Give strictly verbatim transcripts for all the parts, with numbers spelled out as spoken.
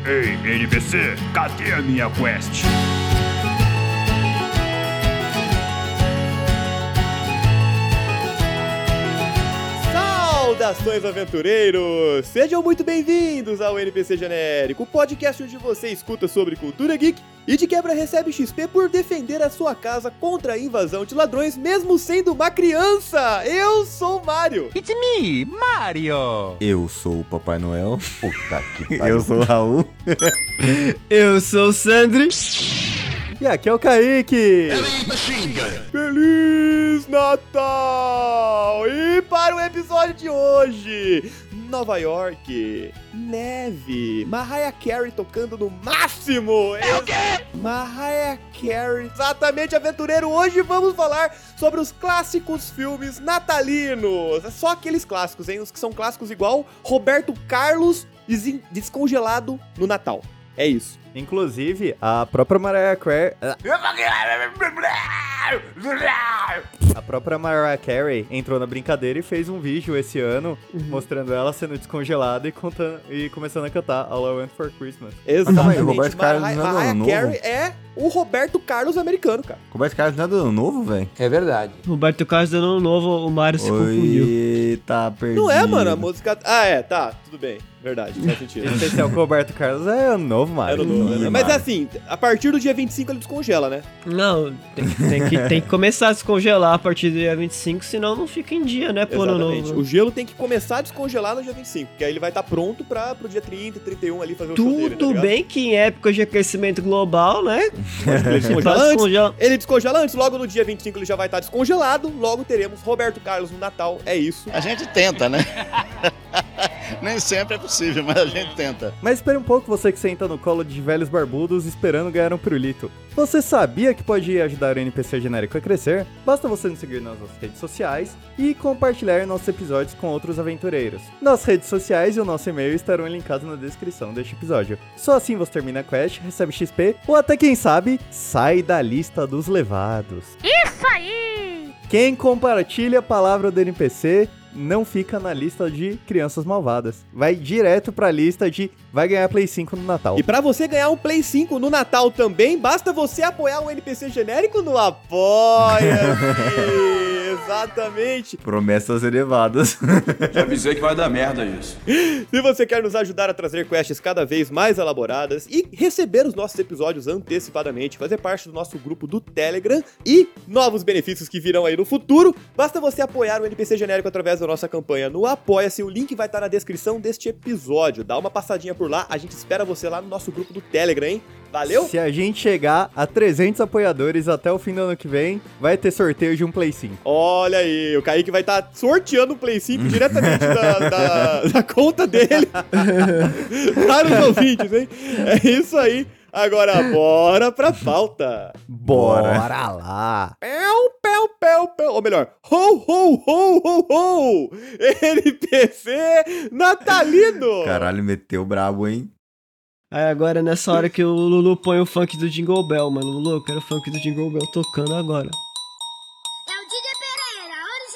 Ei, N P C, cadê a minha quest? Saudações, aventureiros! Sejam muito bem-vindos ao N P C Genérico, o podcast onde você escuta sobre cultura geek e de quebra recebe X P por defender a sua casa contra a invasão de ladrões, mesmo sendo uma criança! Eu sou o Mario! It's me, Mario! Eu sou o Papai Noel. Puta que pariu. Eu sou o Raul. Eu sou o Sandri. E aqui é o Kaique! Feliz Natal! E para o episódio de hoje, Nova York, neve, Mariah Carey tocando no máximo! É o quê? Mariah Carey, exatamente, aventureiro! Hoje vamos falar sobre os clássicos filmes natalinos. É só aqueles clássicos, hein? Os que são clássicos igual Roberto Carlos des- descongelado no Natal. É isso. Inclusive, a própria Mariah Carey... A própria Mariah Carey entrou na brincadeira e fez um vídeo esse ano uhum. mostrando ela sendo descongelada e, contando, e começando a cantar All I Want For Christmas. Exatamente. Ah, Roberto Carlos Mariah, não é do Mariah ano Carey novo? é o Roberto Carlos americano, cara. Roberto Carlos não é do ano novo, velho? É verdade. Roberto Carlos dando ano novo, o Mario se confundiu. Eita, perdido. Não é, mano, a música... Ah, é, tá, tudo bem. Verdade, faz sentido. Em especial com o Roberto Carlos é ano novo, Mario. É ano novo, né? Mas Mario. assim, a partir do dia vinte e cinco ele descongela, né? Não, tem, tem, que, tem que começar a descongelar a partir do dia vinte e cinco, senão não fica em dia, né, pro ano Exatamente. novo. O gelo tem que começar a descongelar no dia vinte e cinco, que aí ele vai estar pronto pra, pro dia trinta, trinta e um ali fazer o show dele, tá Tudo ligado? bem que em época de aquecimento global, né? Ele descongela Tá antes, descongela- ele descongela antes, logo no dia vinte e cinco ele já vai estar descongelado, logo teremos Roberto Carlos no Natal, é isso. A gente tenta, né? Nem sempre é possível, mas a gente tenta. Mas espere um pouco, você que senta no colo de velhos barbudos esperando ganhar um pirulito. Você sabia que pode ajudar o N P C Genérico a crescer? Basta você nos seguir nas nossas redes sociais e compartilhar nossos episódios com outros aventureiros. Nossas redes sociais e o nosso e-mail estarão linkados na descrição deste episódio. Só assim você termina a quest, recebe X P ou até quem sabe, sai da lista dos levados. Isso aí! Quem compartilha a palavra do N P C não fica na lista de crianças malvadas. Vai direto pra lista de vai ganhar Play cinco no Natal. E pra você ganhar um Play cinco no Natal também, basta você apoiar o N P C Genérico no Apoia-se! Exatamente! Promessas elevadas. Já avisei que vai dar merda isso. Se você quer nos ajudar a trazer quests cada vez mais elaboradas e receber os nossos episódios antecipadamente, fazer parte do nosso grupo do Telegram e novos benefícios que virão aí no futuro, basta você apoiar o N P C Genérico através da nossa campanha no Apoia-se. O link vai estar na descrição deste episódio. Dá uma passadinha por lá, a gente espera você lá no nosso grupo do Telegram, hein? Valeu? Se a gente chegar a trezentos apoiadores até o fim do ano que vem, vai ter sorteio de um Play cinco. Olha aí, o Kaique vai estar sorteando o Play cinco diretamente da, da, da conta dele para os ouvintes, hein? É isso aí. Agora, bora pra pauta. Bora, Bora lá. Pel, pel, pel, pel. Ou melhor, ho, ho, ho, ho, ho. N P C natalino. Caralho, meteu brabo, hein? Aí agora é nessa hora que o Lulu põe o funk do Jingle Bell, mano. Lulu, eu quero o funk do Jingle Bell tocando agora. É o D J Pereira,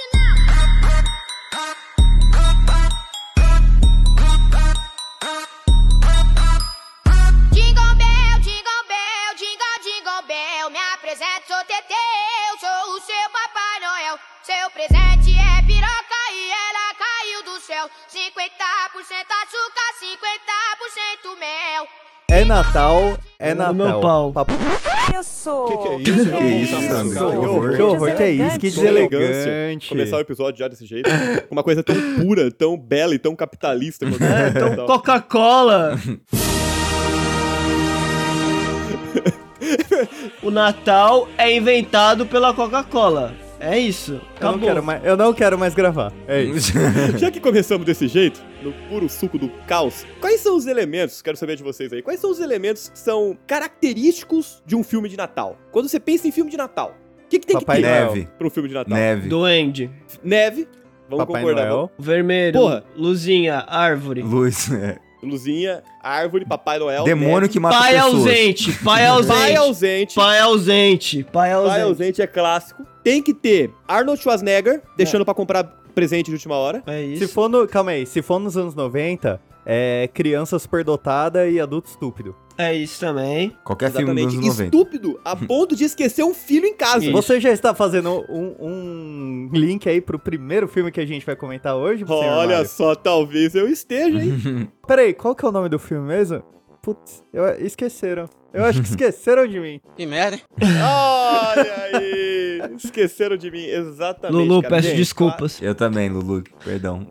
original. Jingle Bell, Jingle Bell, Jingle, Jingle Bell. Me apresento, sou Teteu, sou o seu Papai Noel. Seu presente é piroca e ela caiu do céu. cinquenta por cento açúcar, cinquenta por cento mel. É Natal, é No Natal. meu pau. Papo- Que Isso! que é isso? Que isso, Sandro? Que horror. Que horror, que é isso? Que Deselegância. deselegante. Começar o episódio já desse jeito. Uma coisa tão pura, tão bela e tão capitalista. quanto É, o então Natal. Coca-Cola. O Natal é inventado pela Coca-Cola. É isso. Eu não, Acabou. quero mais, eu não quero mais gravar. É isso. Já que começamos desse jeito, no puro suco do caos, quais são os elementos, quero saber de vocês aí, quais são os elementos que são característicos de um filme de Natal? Quando você pensa em filme de Natal, o que, que tem Papai que ter Neve. para um filme de Natal? Neve. Duende. Neve, vamos Papai concordar. Noel. vamos- Vermelho. Porra. Luzinha. Árvore. Luz. É. Luzinha, árvore, Papai Noel, Demônio neve. que mata Pai pessoas. ausente. Pai ausente. Pai ausente. Pai ausente. Pai ausente. Pai ausente é clássico. Tem que ter Arnold Schwarzenegger, deixando pra comprar presente de última hora. É isso. Se for no, calma aí, se for nos anos noventa, é criança superdotada e adulto estúpido. É isso também. Qualquer filme dos Exatamente. anos noventa. Estúpido a ponto de esquecer um filho em casa. Isso. Você já está fazendo um, um link aí pro primeiro filme que a gente vai comentar hoje? senhor Olha Mário? só, talvez eu esteja, hein? Peraí, qual que é o nome do filme mesmo? Putz, eu, esqueceram. Eu acho que esqueceram de mim. Que merda, hein? Olha aí! Esqueceram de mim, exatamente. Lulu, cara. peço Gente, desculpas. Eu também, Lulu, perdão.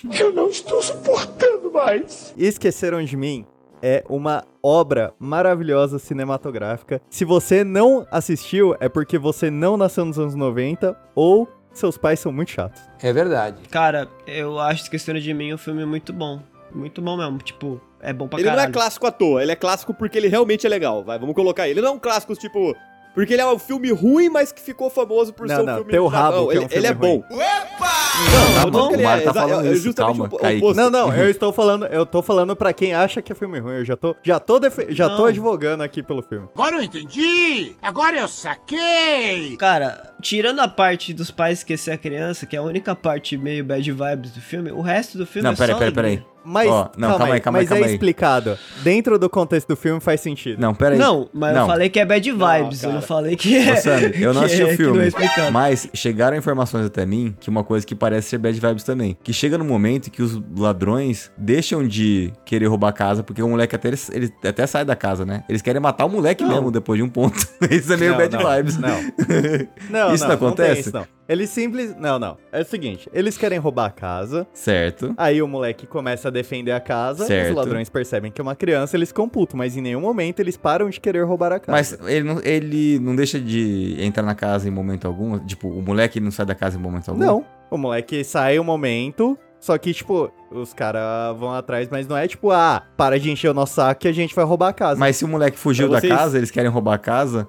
E Esqueceram de Mim é uma obra maravilhosa cinematográfica. Se você não assistiu, é porque você não nasceu nos anos noventa ou seus pais são muito chatos. É verdade. Cara, eu acho Esqueceram de Mim um filme muito bom. Muito bom mesmo. Tipo, é bom pra Ele caralho. não é clássico à toa, ele é clássico porque ele realmente é legal. Vai, vamos colocar ele. Ele não é um clássico, tipo... Porque ele é um filme ruim, mas que ficou famoso por Não, ser um não, filme... Teu já- Rabo, não, que é um ele, filme ele é ruim. bom. Não, eu tô falando que ele o Mário é, tá exa- falando é isso, justamente calma, o- o Kaique. oposto. Não, não, eu estou falando, eu tô falando pra quem acha que é filme ruim. Eu já tô, já tô, defe- já tô Não. advogando aqui pelo filme. Agora eu entendi! Agora eu saquei! Cara, tirando a parte dos pais esquecer a criança, que é a única parte meio bad vibes do filme, o resto do filme Não, é peraí, só peraí, alegria. peraí. Mas, Ó, não, calma aí, calma aí, mas calma é aí. explicado. Dentro do contexto do filme faz sentido. Não, peraí. Não, mas não. eu falei que é bad vibes, eu cara. não falei que é... Ô, Sammy, eu não que assisti é- o que filme, não é explicado. mas chegaram informações até mim que uma coisa que parece ser bad vibes também. Que chega no momento que os ladrões deixam de querer roubar a casa, porque o moleque até, ele, ele até sai da casa, né? Eles querem matar o moleque Não. mesmo depois de um ponto. Isso é meio Não, bad não, vibes. Não. Não, Isso não, não acontece? tem isso, não. Eles simples... Não, não. É o seguinte, eles querem roubar a casa, Certo. aí o moleque começa a defender a casa, Certo. os ladrões percebem que é uma criança, eles ficam putos, mas em nenhum momento eles param de querer roubar a casa. Mas ele não, ele não deixa de entrar na casa em momento algum? Tipo, o moleque não sai da casa em momento algum? Não, o moleque sai um momento, só que, tipo, os caras vão atrás, mas não é tipo, ah, para de encher o nosso saco que a gente vai roubar a casa. Mas se o moleque fugiu Pra da vocês- casa, eles querem roubar a casa?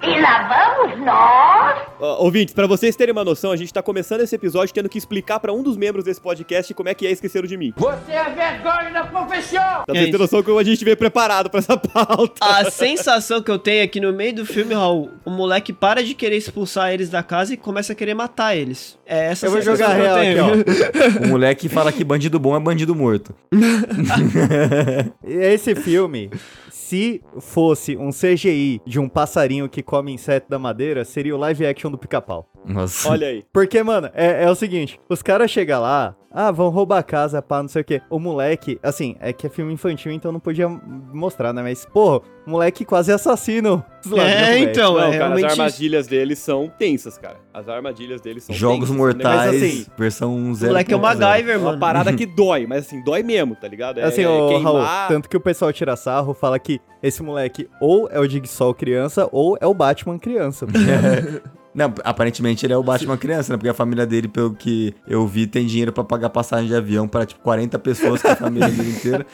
Ó, ouvintes, pra vocês terem uma noção, a gente tá começando esse episódio tendo que explicar pra um dos membros desse podcast como é que é Esqueceram de Mim. Você é vergonha da profissão! Pra É vocês terem isso. noção que a gente veio preparado pra essa pauta. A sensação que eu tenho é que no meio do filme, Raul, o moleque para de querer expulsar eles da casa e começa a querer matar eles. É essa Eu vou sensação jogar que eu real aqui, tenho. ó. O moleque fala que bandido bom é bandido morto. Esse filme, se fosse um C G I de um passarinho que come inseto da madeira, seria o live action do Pica-Pau. Nossa. Olha aí. Porque, mano, é, é o seguinte, os caras chegam lá, ah, vão roubar a casa, pá, não sei o quê. O moleque, assim, é que é filme infantil, então não podia mostrar, né? Mas, porra, o moleque quase assassina os ladrões, É, velho. então, Não, é cara, as realmente isso. armadilhas deles são tensas, cara. As armadilhas deles são Jogos tensas. Mortais, Mas, assim, versão O zero. moleque é o MacGyver, É uma mano. parada que dói, mas assim, dói mesmo, tá ligado? É, Assim, é ô, queimar... Raul, tanto que o pessoal tira sarro, fala que esse moleque ou é o Jigsaw criança ou é o Batman criança. Não, aparentemente ele é o Batman criança, né? Porque a família dele, pelo que eu vi, tem dinheiro pra pagar passagem de avião pra, tipo, quarenta pessoas com a família dele inteira.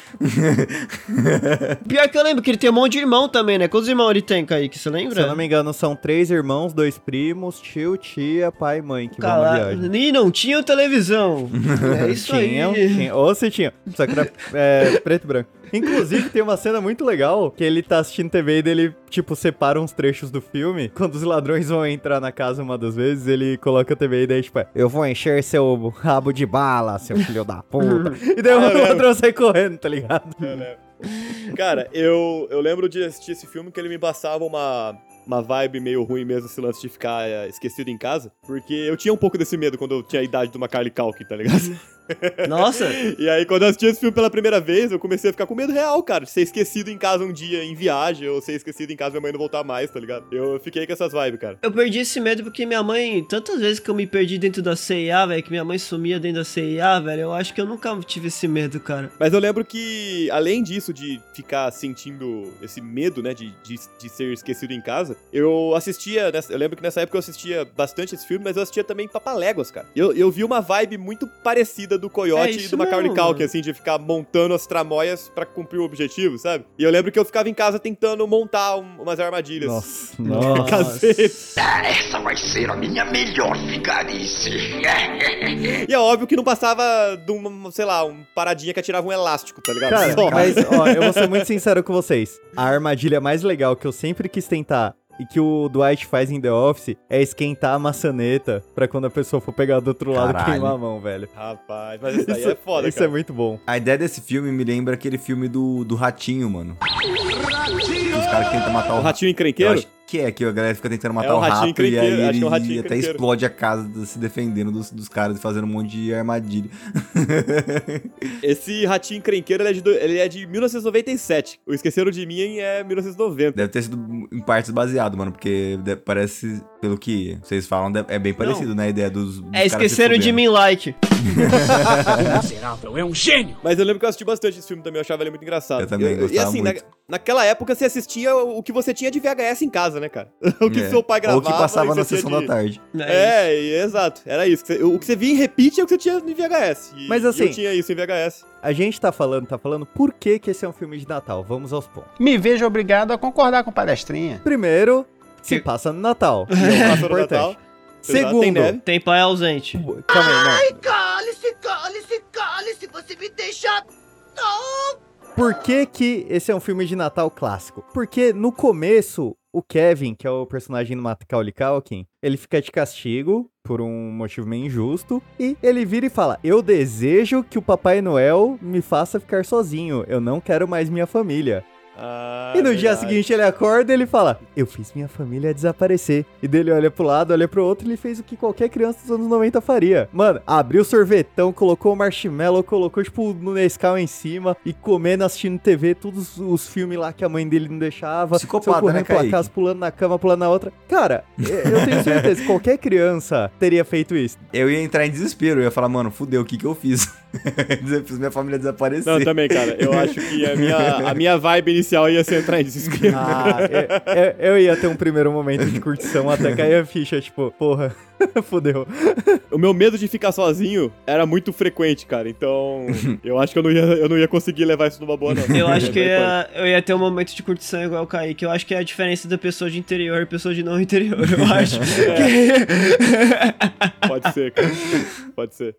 Pior que eu lembro que ele tem um monte de irmão também, né? Quantos irmãos ele tem, Kaique? Você lembra? Se eu não me engano, são três irmãos, dois primos, tio, tia, pai e mãe que vão na Caralho. viagem. E não tinha televisão. É isso Tinham, aí. tinha, ou se tinha, só que era é, preto e branco. Inclusive, tem uma cena muito legal, que ele tá assistindo T V e dele, tipo, separa uns trechos do filme. Quando os ladrões vão entrar na casa uma das vezes, ele coloca a T V e daí, tipo, é, eu vou encher seu rabo de bala, seu filho da puta. E daí o ladrão sai correndo, tá ligado? Cara, eu, eu lembro de assistir esse filme que ele me passava uma, uma vibe meio ruim mesmo, esse lance de ficar é, esquecido em casa. Porque eu tinha um pouco desse medo quando eu tinha a idade do Macaulay Culkin, tá ligado? Nossa. E aí, quando eu assisti esse filme pela primeira vez, eu comecei a ficar com medo real, cara, de ser esquecido em casa um dia em viagem, ou ser esquecido em casa e minha mãe não voltar mais, tá ligado? Eu fiquei com essas vibes, cara. Eu perdi esse medo porque minha mãe, tantas vezes que eu me perdi dentro da C e A, velho, que minha mãe sumia dentro da C e A, velho, eu acho que eu nunca tive esse medo, cara. Mas eu lembro que, além disso, de ficar sentindo esse medo, né, de, de, de ser esquecido em casa, eu assistia, nessa, eu lembro que nessa época eu assistia bastante esse filme, mas eu assistia também Papaléguas, cara. Eu, eu vi uma vibe muito parecida do É Coyote e isso do Macaulay mesmo, Culkin, mano. assim, de ficar montando as tramóias pra cumprir o objetivo, sabe? E eu lembro que eu ficava em casa tentando montar um- umas armadilhas. Nossa, Nossa. Caseiras. Essa vai ser a minha melhor vigarice. E é óbvio que não passava de uma, sei lá, um paradinha que atirava um elástico, tá ligado? Cara, Só. mas, ó, eu vou ser muito sincero com vocês. A armadilha mais legal que eu sempre quis tentar e que o Dwight faz em The Office é esquentar a maçaneta pra quando a pessoa for pegar do outro lado Caralho. queimar a mão, velho. Rapaz, mas isso aí é foda, Isso cara. é muito bom. A ideia desse filme me lembra aquele filme do, do Ratinho, mano. Os caras que tentam matar o, O Ratinho Eu Encrenqueiro? acho que é, que a galera fica tentando matar É o o Ratinho rato e Encrenqueiro, aí acho ele que é o Ratinho até Encrenqueiro. explode a casa se defendendo dos, dos caras e fazendo um monte de armadilha. Esse Ratinho Encrenqueiro, ele é, de, do- ele é de mil novecentos e noventa e sete. O Esqueceram de Mim é mil novecentos e noventa. Deve ter sido em partes baseado, mano, porque de- parece, pelo que vocês falam, de- é bem parecido, né, a ideia dos, dos É, caras se esqueceram de fudendo. mim like. Miserável, é um gênio. Mas eu lembro que eu assisti bastante esse filme também, eu achava ele muito engraçado. Eu também E gostava assim, muito. Na, naquela época você assistia o que você tinha de V H S em casa, né, cara? O que É. seu pai gravava. Ou que passava e na você sessão tinha da de- tarde. É, e- exato. Era isso. Que você- O que você via em repeat é o que você tinha em V H S. E- Mas e assim- eu tinha isso em V H S. A gente tá falando, tá falando por que que esse é um filme de Natal. Vamos aos pontos. Me vejo obrigado a concordar com o palestrinha. Primeiro, se passa no Natal. que é o mais Passa no importante. Natal. Segundo, Tem neve. Tem pai ausente. calma aí, não. Cale-se, cale-se, cale-se, você me deixa... Não! Por que que esse é um filme de Natal clássico? Porque no começo, o Kevin, que é o personagem do Macaulay Culkin, ele fica de castigo por um motivo meio injusto e ele vira e fala: eu desejo que o Papai Noel me faça ficar sozinho, eu não quero mais minha família. Ah, E no dia verdade. seguinte ele acorda e ele fala: eu fiz minha família desaparecer. E dele olha pro lado, olha pro outro e ele fez o que qualquer criança dos anos noventa faria. Mano, abriu o sorvetão, colocou o marshmallow, colocou tipo no Nescau em cima e comendo, assistindo T V, todos os filmes lá que a mãe dele não deixava. Psicopata, saiu correndo né, pela Kaique? casa, pulando na cama, pulando na outra. Cara, eu tenho certeza que qualquer criança teria feito isso. Eu ia entrar em desespero, eu ia falar, mano, fudeu, o que que eu fiz? Eu fiz minha família desaparecer. Não, também, cara. Eu acho que a minha, a minha vibe inicial ia ser entrar em desespero. Ah, eu, eu- eu ia ter um primeiro momento de curtição até cair a ficha, tipo, porra, fudeu. O meu medo de ficar sozinho era muito frequente, cara. Então, eu acho que eu não ia, eu não ia conseguir levar isso numa boa, não. Eu acho que eu ia... ia, eu ia ter um momento de curtição igual o Kaique. Eu acho que é a diferença da pessoa de interior e pessoa de não interior. Eu acho que... Pode ser, cara. Pode ser.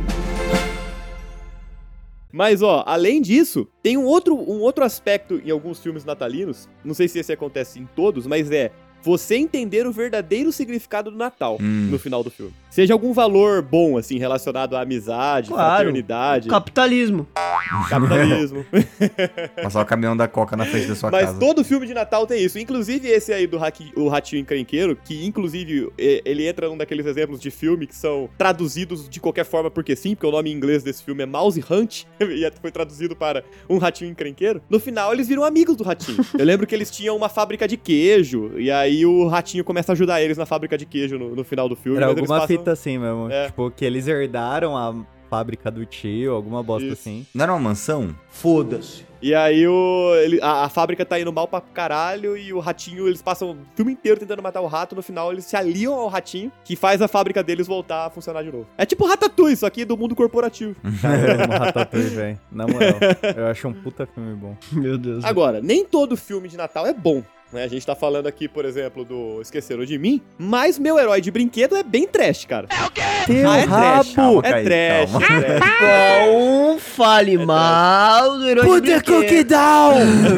Mas, ó, além disso, tem um outro, um outro aspecto em alguns filmes natalinos, não sei se esse acontece em todos, mas é você entender o verdadeiro significado do Natal Hum. no final do filme. Seja algum valor bom, assim, relacionado à amizade, Claro. fraternidade, Capitalismo. capitalismo. Passar o caminhão da Coca na frente da sua Mas casa. todo filme de Natal tem isso. Inclusive esse aí do Haqui- o Ratinho Encrenqueiro, que inclusive e- ele entra num daqueles exemplos de filme que são traduzidos de qualquer forma porque sim, porque o nome em inglês desse filme é Mouse Hunt, e foi traduzido para Um Ratinho Encrenqueiro. No final eles viram amigos do Ratinho. Eu lembro que eles tinham uma fábrica de queijo, e aí o Ratinho começa a ajudar eles na fábrica de queijo no, no final do filme. Era mas eles alguma passam- fita assim mesmo. É. Tipo, que eles herdaram a fábrica do tio, alguma bosta Isso. assim. Não era uma mansão? Foda-se. E aí o, ele- a, a fábrica tá indo mal pra caralho e o Ratinho, eles passam o filme inteiro tentando matar o rato, no final eles se aliam ao Ratinho, que faz a fábrica deles voltar a funcionar de novo. É tipo Ratatouille, só que do mundo corporativo. Cara, eu amo Ratatouille, velho. Na moral, eu acho um puta filme bom. Meu Deus. Agora, nem todo filme de Natal é bom. Né? A gente tá falando aqui, por exemplo, do Esqueceram de Mim, mas meu herói de brinquedo é bem trash, cara. Teu Ah, é trash. rabo! Calma, É Kaique, trash, calma. é trash. Não fale mal do herói Put de the brinquedo. cookie down!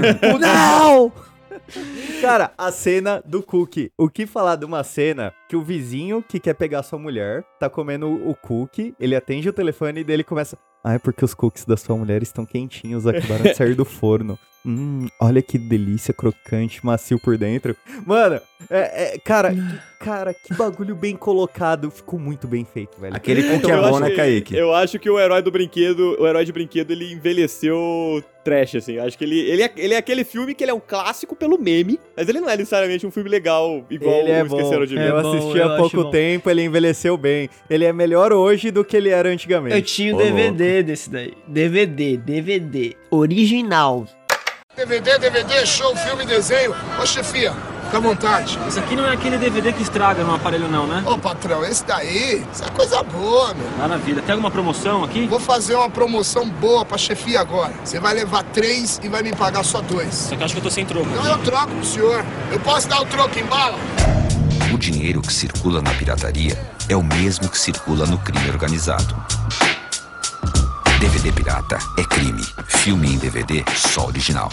Não! Cara, a cena do cookie. O que falar de uma cena que o vizinho que quer pegar sua mulher tá comendo o cookie, ele atende o telefone e dele começa... Ah, é porque os cookies da sua mulher estão quentinhos, acabaram de sair do forno. Hum, olha que delícia, crocante, macio por dentro. Mano, é, é, cara, que, cara, que bagulho bem colocado. Ficou muito bem feito, velho. Aquele cookie Então, é eu bom, acho né, que- Kaique? Eu acho que o herói do brinquedo, o herói de brinquedo, ele envelheceu trash, assim. Acho que ele, ele, é, ele é aquele filme que ele é um clássico pelo meme, mas ele não é necessariamente um filme legal, igual Ele é o bom. Esqueceram de Mim. É eu bom, assisti eu há acho pouco bom. tempo, ele envelheceu bem. Ele é melhor hoje do que ele era Eu antigamente. tinha o Ô, D V D desse daí. D V D, D V D. Original. D V D, D V D, show, filme, desenho. Ô, chefia, fica à vontade. Isso aqui não é aquele D V D que estraga no aparelho não, né? Ô, patrão, esse daí, isso é coisa boa, meu. Maravilha. Tem alguma promoção aqui? Vou fazer uma promoção boa pra chefia agora. Você vai levar três e vai me pagar só dois. Só que eu acho que eu tô sem troco. Então eu troco pro senhor. Eu posso dar o troco em bala? O dinheiro que circula na pirataria é o mesmo que circula no crime organizado. D V D pirata é crime. Filme em D V D só original.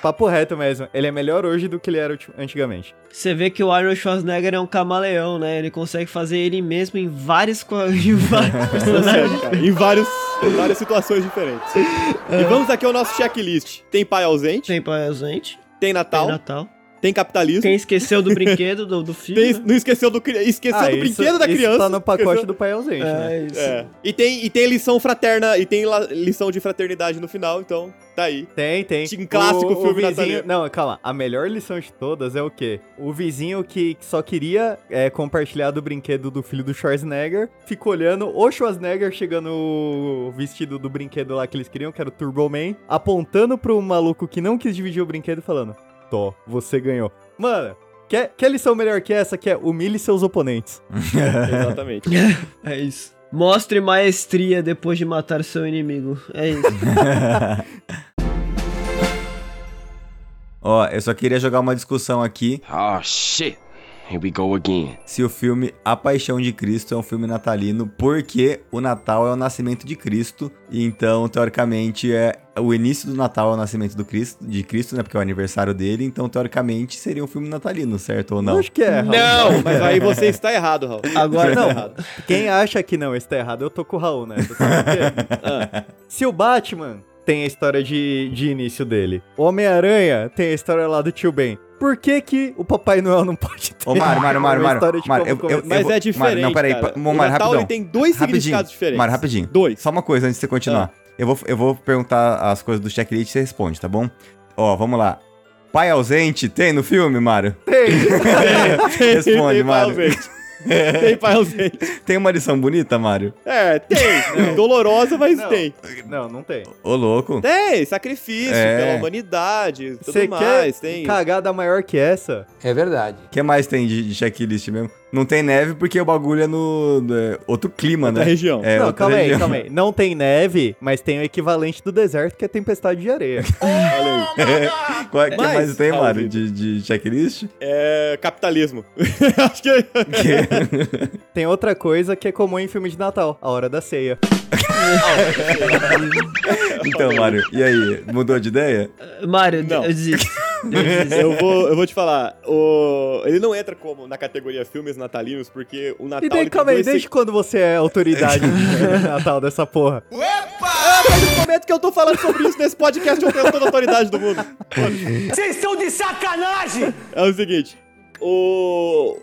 papo reto mesmo. Ele é melhor hoje do que ele era ulti- antigamente. Você vê que o Arnold Schwarzenegger é um camaleão, né? Ele consegue fazer ele mesmo em vários, co- em vários personagens. Cara, em, vários, em várias situações diferentes. E vamos aqui ao nosso checklist. Tem pai ausente, Tem pai ausente, tem Natal, tem tem, Natal. capitalismo, Quem esqueceu do brinquedo do, do filho, tem- né? não esqueceu do, cri- esqueceu Ah, do isso- brinquedo da isso criança. tá no pacote esqueceu- do pai ausente, né? É isso. É. E tem, e tem lição fraterna, e tem la- lição de fraternidade no final, então tá aí. Tem, tem. Um clássico o, filme o vizinho... natalino. Não, calma. A melhor lição de todas é o quê? O vizinho que só queria é, compartilhar do brinquedo do filho do Schwarzenegger, fica olhando o Schwarzenegger chegando vestido do brinquedo lá que eles queriam, que era o Turbo Man, apontando pro maluco que não quis dividir o brinquedo e falando, Tó, você ganhou. Mano... Quer, quer lição melhor que essa? Que é humilhe seus oponentes. Exatamente. É isso. Mostre maestria depois de matar seu inimigo. É isso. Ó, eu só queria jogar uma discussão aqui. Oh, shit. Here we go again. Se o filme A Paixão de Cristo é um filme natalino, porque o Natal é o nascimento de Cristo, e então, teoricamente, é o início do Natal é o nascimento do Cristo, de Cristo, né, porque é o aniversário dele, então, teoricamente, seria um filme natalino, certo ou não? Acho que é, Raul. Não, mas aí você está errado, Raul. Agora Você está não. errado. Quem acha que não está errado, eu tô com o Raul, né? Você sabe por quê? Ah, Se o Batman tem a história de, de início dele, o Homem-Aranha tem a história lá do tio Ben, por que que o Papai Noel não pode ter Ô, Mário, Mário, Mário, uma Mário, história de Mário, como eu- eu- começar? mas vou- é diferente, Mário, não, peraí, cara. pa- O Mário, Natal, rapidão. ele tem dois Rapidinho. significados diferentes. Mário, rapidinho. Dois. Só uma coisa antes de você continuar. Eu, vou, eu vou perguntar as coisas do checklist e você responde, tá bom? Ó, vamos lá. Pai ausente tem no filme, Mário? Tem. Responde, tem pai Mário. ausente. Tem pai ausente. Tem uma lição bonita, Mário? É, tem. Dolorosa, mas Não. tem. Não, não tem. Ô, louco. Tem, sacrifício É. pela humanidade, tudo Você mais. quer Tem. cagada maior que essa? É verdade. O que mais tem de, de checklist mesmo? Não tem neve porque o bagulho é no... é outro clima, Outra né? região. É, não, outra calma aí, região. calma aí. Não tem neve, mas tem o equivalente do deserto, que é tempestade de areia. Olha aí. Qual, que Mas, mais tem, Raul, Mário, de, de checklist? É capitalismo. Acho que. Tem outra coisa que é comum em filme de Natal, a hora da ceia. Então, Mário, e aí? Mudou de ideia? Mário, Não. eu desisto. Eu desisto. Eu vou, eu vou te falar, o... ele não entra como na categoria filmes natalinos, porque o Natal... E daí, ele tem calma aí, dois desde quando você é autoridade de Natal dessa porra? Ah, mas no momento que eu tô falando sobre isso nesse podcast, eu tenho toda a autoridade do mundo. Vocês estão de sacanagem! É o seguinte, o...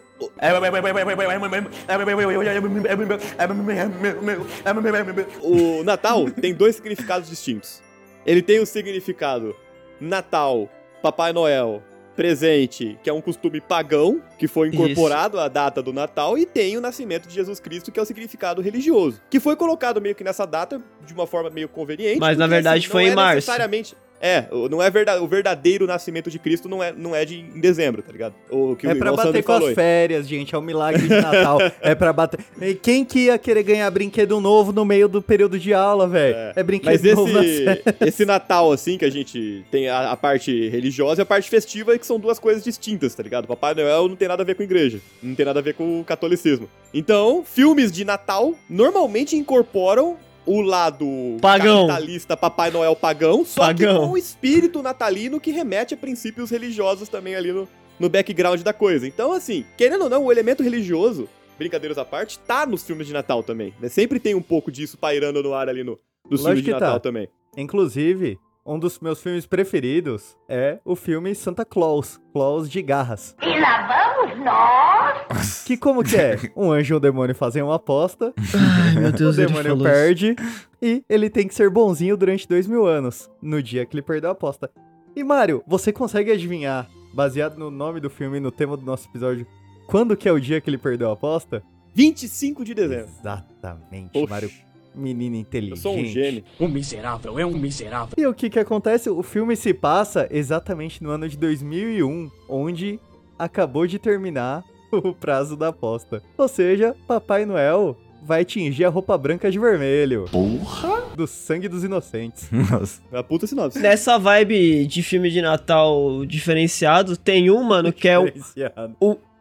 O Natal tem dois significados distintos. Ele tem o significado Natal, Papai Noel, presente, que é um costume pagão, que foi incorporado à data do Natal, e tem o nascimento de Jesus Cristo, que é o significado religioso, que foi colocado meio que nessa data de uma forma meio conveniente. Mas, na porque, verdade, assim, foi não em é março. necessariamente... É, o- não é verdade, o verdadeiro nascimento de Cristo não é, não é de, em dezembro, tá ligado? O que É o pra igual o bater Sandro com falou as aí. férias, gente. É um milagre de Natal. É pra bater. E quem que ia querer ganhar brinquedo novo no meio do período de aula, velho? É. brinquedo Mas novo nas esse, férias. esse Natal, assim, que a gente tem a, a parte religiosa e a parte festiva, que são duas coisas distintas, tá ligado? Papai Noel não tem nada a ver com igreja, não tem nada a ver com o catolicismo. Então, filmes de Natal normalmente incorporam o lado Pagão. capitalista Papai Noel pagão, só Pagão. que com o espírito natalino que remete a princípios religiosos também ali no, no background da coisa. Então, assim, querendo ou não, o elemento religioso, brincadeiras à parte, tá nos filmes de Natal também, né? Sempre tem um pouco disso pairando no ar ali no, nos Lógico filmes de que Natal tá. também. Inclusive, um dos meus filmes preferidos é o filme Santa Claus. Claus de garras. E lá vamos nós! Que como que é? Um anjo e um demônio fazem uma aposta. Ai, meu Deus, O ele demônio falou perde e ele tem que ser bonzinho durante dois mil anos, no dia que ele perdeu a aposta. E Mário, você consegue adivinhar, baseado no nome do filme e no tema do nosso episódio, quando que é o dia que ele perdeu a aposta? vinte e cinco de dezembro. Exatamente, Oxe. Mário. Menino inteligente. Eu sou um gênio. Um miserável, é um miserável. E o que que acontece? O filme se passa exatamente no ano de dois mil e um, onde acabou de terminar o prazo da aposta. Ou seja, Papai Noel vai tingir a roupa branca de vermelho. Porra! Do sangue dos inocentes. Nossa. É a puta sinopse. Nessa vibe de filme de Natal diferenciado, tem um, mano, que é o, Diferenciado. o,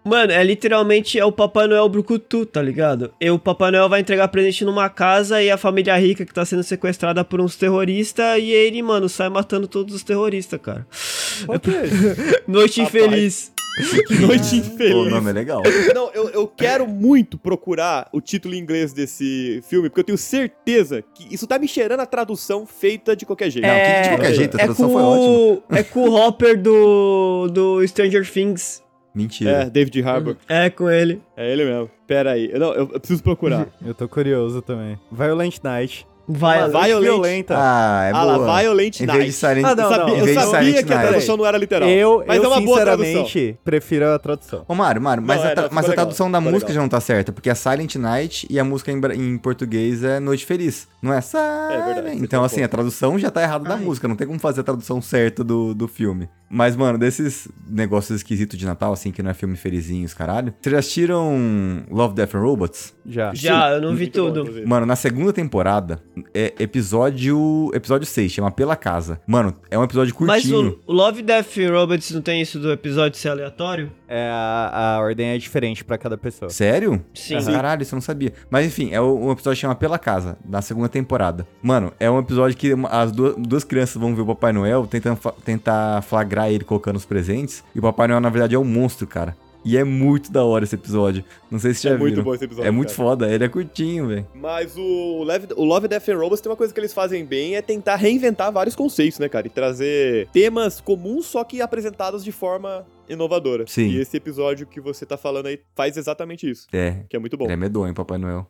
Mano, é literalmente é o Papai Noel brucutu, tá ligado? E o Papai Noel vai entregar presente numa casa e a família rica que tá sendo sequestrada por uns terroristas e ele, mano, sai matando todos os terroristas, cara. Okay. Noite infeliz. Que noite infeliz. O nome é legal. Não, eu, eu quero muito procurar o título em inglês desse filme, porque eu tenho certeza que isso tá me cheirando a tradução feita de qualquer jeito. Não, É, que de qualquer jeito, a é tradução com, foi ótima. É com o Hopper do, do Stranger Things. Mentira. É, David Harbour. É com ele. É ele mesmo. Pera aí. Não, eu, eu preciso procurar. Eu tô curioso também. Violent Night. Vai, Violent. Violenta. Ah, é Ah boa. lá, Violent Em Night. vez de Silent, Ah, não, eu sabia, não. eu Em vez de sabia Silent que a Night. tradução não era literal. Eu, mas eu é uma boa tradução. sinceramente, prefiro a tradução. Ô, Mário, Mário, mas, Não, a, é, tra- não, mas a ficou tradução legal, da ficou música legal. já não tá certa, porque é Silent Night e a música em, bra- em português é Noite Feliz. Não é Silent. verdade, você Então, tem assim, um a tradução já tá errada da música, não tem como fazer a tradução certa do, do filme. Mas, mano, desses negócios esquisitos de Natal, assim, que não é filme felizinhos, caralho. Vocês já assistiram Love, Death and Robots? Já. Já, eu não vi Muito bom, tudo. inclusive. Mano, na segunda temporada, é episódio episódio seis, chama Pela Casa. Mano, é um episódio Mas curtinho. o Love, Death and Robots não tem isso do episódio ser aleatório? É, a, a ordem é diferente pra cada pessoa. Sério? Sim. Ah, caralho, isso eu não sabia. Mas enfim, é um episódio que chama Pela Casa, da segunda temporada. Mano, é um episódio que as duas, duas crianças vão ver o Papai Noel tentando fa- tentar flagrar ele colocando os presentes. E o Papai Noel, na verdade, é um monstro, cara. E é muito da hora esse episódio. Não sei se vocês É já muito viram. bom esse episódio, É muito cara. foda, ele é curtinho, velho. Mas o Love, o Love, Death and Robots tem uma coisa que eles fazem bem, é tentar reinventar vários conceitos, né, cara? E trazer temas comuns, só que apresentados de forma inovadora. Sim. E esse episódio que você tá falando aí faz exatamente isso. É. Que é muito bom. Ele é medonho, Papai Noel.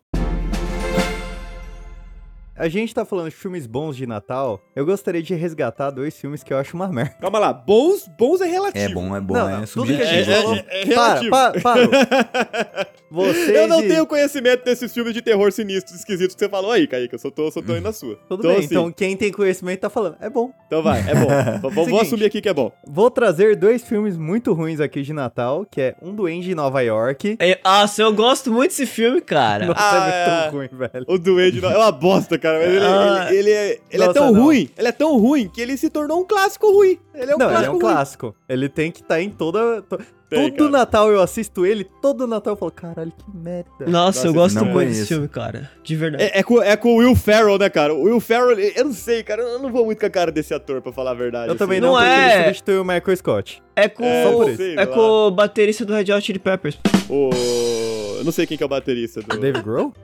A gente tá falando de filmes bons de Natal. Eu gostaria de resgatar dois filmes que eu acho uma merda. Calma lá, bons, bons é relativo. É bom, é bom, Não, é não, tudo que a subjetivo. gente falou- É, é Para, relativo. para, para. Vocês Eu não e- tenho conhecimento desses filmes de terror sinistros, esquisitos que você falou aí, Kaique. Eu só tô, só tô indo na sua. Tudo então, bem, assim, então quem tem conhecimento tá falando. É bom. então vai, é bom. vou, vou Seguinte. assumir aqui que é bom. Vou trazer dois filmes muito ruins aqui de Natal, que é Um Duende em Nova York. É, nossa, eu gosto muito desse filme, cara. Nossa, Ah, é é. muito ruim, velho. O Duende não- é uma bosta, cara. Mas ele, Ah. ele, ele é, ele é Nossa, tão não. ruim, ele é tão ruim que ele se tornou um clássico ruim. Ele é um Não, clássico ele é um ruim. clássico. Ele tem que estar em toda... to- Tem, todo cara. Natal eu assisto ele, todo Natal eu falo, caralho, que merda. Nossa, Nossa, eu gosto não muito conheço. desse filme, cara. De verdade. É, é, com, é com o Will Ferrell, né, cara? O Will Ferrell, ele- eu não sei, cara. Eu não vou muito com a cara desse ator, pra falar a verdade. Eu também assim. não, Não porque é. ele substituiu o Michael Scott. É com, É, só por isso. sei é lá. com o baterista do Red Hot Chili Peppers. O... Eu não sei quem que é o baterista do... Dave Grohl?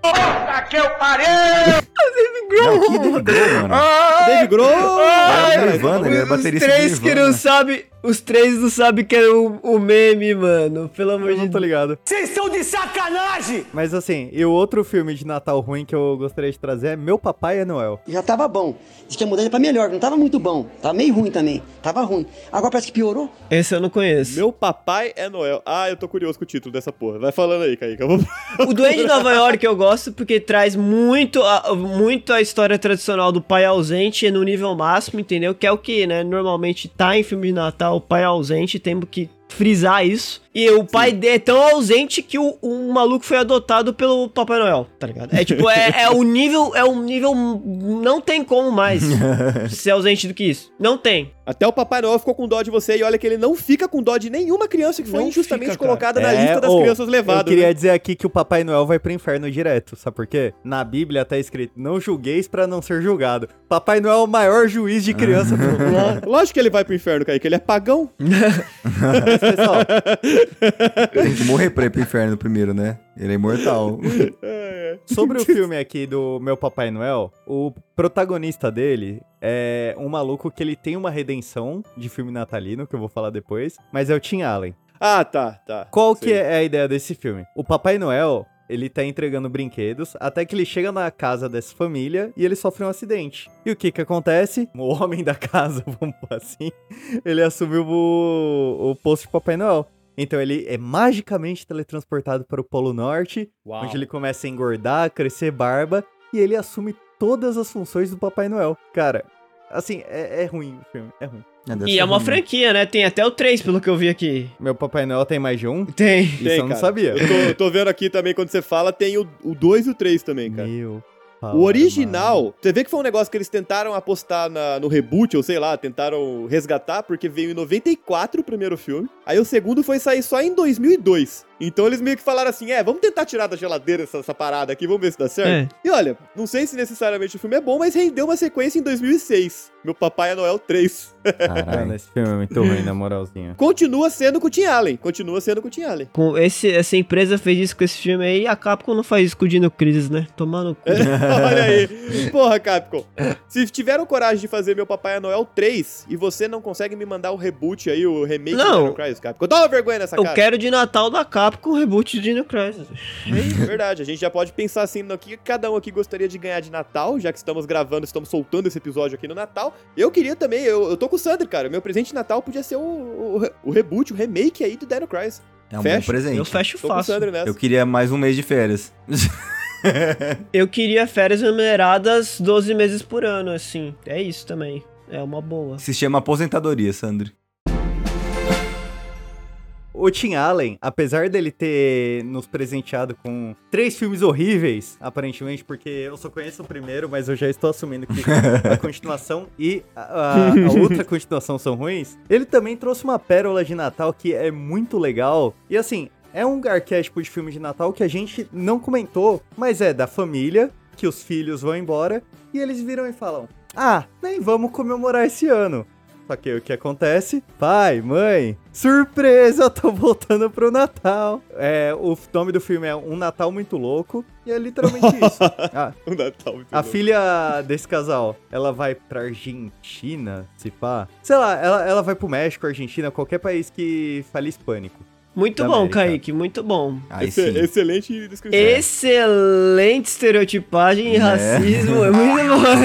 Não, que Dave Grohl, mano. Dave Grohl! Era cara, o Nirvana, ele era Os baterista do três que Nirvana. não sabem, os três não sabem que era o, o meme, mano. Pelo amor Eu de não tô Deus. ligado. Vocês estão de sacanagem! Mas assim, e o outro filme de Natal ruim que eu gostaria de trazer é Meu Papai é Noel. Já tava bom. Diz que a mudança pra melhor, não tava muito bom. Tava meio ruim também. Tava ruim. Agora parece que piorou. Esse eu não conheço. Meu Papai é Noel. Ah, eu tô curioso com o título dessa porra. Vai falando aí, Kaique. Eu vou... O Duende de Nova York eu gosto porque traz muito a, muito a história tradicional do pai ausente no nível máximo, entendeu? Que é o que, né, normalmente tá em filme de Natal, o pai ausente, temos que frisar isso. E o pai dele é tão ausente que o, o maluco foi adotado pelo Papai Noel, tá ligado? É tipo, é, é o nível, é um nível, não tem como mais ser ausente do que isso. Não tem. Até o Papai Noel ficou com dó de você e olha que ele não fica com dó de nenhuma criança que foi Não injustamente fica, cara. colocada na É, lista das ô, crianças levadas. Eu queria né? dizer aqui que o Papai Noel vai pro inferno direto, sabe por quê? Na Bíblia tá escrito, não julgueis pra não ser julgado. Papai Noel é o maior juiz de criança. Lógico que ele vai pro inferno, Kaique. Ele é pagão. Mas, pessoal, Tem que morrer pra ir pro inferno primeiro, né? Ele é imortal. sobre o filme aqui do Meu Papai Noel, o protagonista dele é um maluco que ele tem uma redenção de filme natalino, que eu vou falar depois, mas é o Tim Allen. Ah, tá, tá. Qual Sei. que é a ideia desse filme? O Papai Noel, ele tá entregando brinquedos, até que ele chega na casa dessa família e ele sofre um acidente. E o que que acontece? O homem da casa, vamos pôr assim, ele assumiu o, o posto de Papai Noel. Então ele é magicamente teletransportado para o Polo Norte, Uau. onde ele começa a engordar, crescer barba, e ele assume todas as funções do Papai Noel. Cara, assim, é, é ruim o filme, é ruim. E é uma franquia, né? Tem até o três, pelo que eu vi aqui. Meu Papai Noel tem mais de um? Tem. Isso Tem, eu não cara. sabia. Eu tô, eu tô vendo aqui também, quando você fala, tem o dois e o três também, cara. Meu. O original, você vê que foi um negócio que eles tentaram apostar na, no reboot, ou sei lá, tentaram resgatar, porque veio em noventa e quatro o primeiro filme. Aí o segundo foi sair só em dois mil e dois. Então eles meio que falaram assim, é, vamos tentar tirar da geladeira essa, essa parada aqui, vamos ver se dá certo. É. E olha, não sei se necessariamente o filme é bom, mas rendeu uma sequência em dois mil e seis. Meu Papai Noel três. Caralho, esse filme é muito ruim, na moralzinha. Continua sendo com o Tim Allen, continua sendo com o Tim Allen. Com esse, essa empresa fez isso com esse filme aí, a Capcom não faz isso com o Dino Crisis, né? Tomando cu. Olha aí. Porra, Capcom. Se tiveram coragem de fazer Meu Papai Noel três e você não consegue me mandar o reboot aí, o remake não. do Dino Crisis, Capcom, dá uma vergonha nessa Eu cara. Eu quero de Natal da Capcom com o reboot de Dino Crisis. É verdade, a gente já pode pensar assim no que cada um aqui gostaria de ganhar de Natal, já que estamos gravando, estamos soltando esse episódio aqui no Natal. Eu queria também, eu, eu tô com o Sandro, cara. Meu presente de Natal podia ser o, o, o reboot, o remake aí do Dino Crisis. É um fecho. bom presente. Eu fecho tô fácil. Com o Sandro nessa. Eu queria mais um mês de férias. Eu queria férias remuneradas doze meses por ano, assim. É isso também. É uma boa. Se chama aposentadoria, Sandro. O Tim Allen, apesar dele ter nos presenteado com três filmes horríveis, aparentemente, porque eu só conheço o primeiro, mas eu já estou assumindo que a continuação e a, a, a outra continuação são ruins, ele também trouxe uma pérola de Natal que é muito legal. E assim, é um arquétipo de filme de Natal que a gente não comentou, mas é da família, que os filhos vão embora, e eles viram e falam, ah, nem vamos comemorar esse ano. Só que o que acontece? Pai, mãe, surpresa, eu tô voltando pro Natal. É, o nome do filme é Um Natal Muito Louco, e é literalmente isso. Ah, um Natal muito a louco. filha desse casal, ela vai pra Argentina, se pá. Sei lá, ela, ela vai pro México, Argentina, qualquer país que fale hispânico. Muito bom, América. Kaique, muito bom. Esse, excelente descrição. Excelente estereotipagem e é. racismo, é muito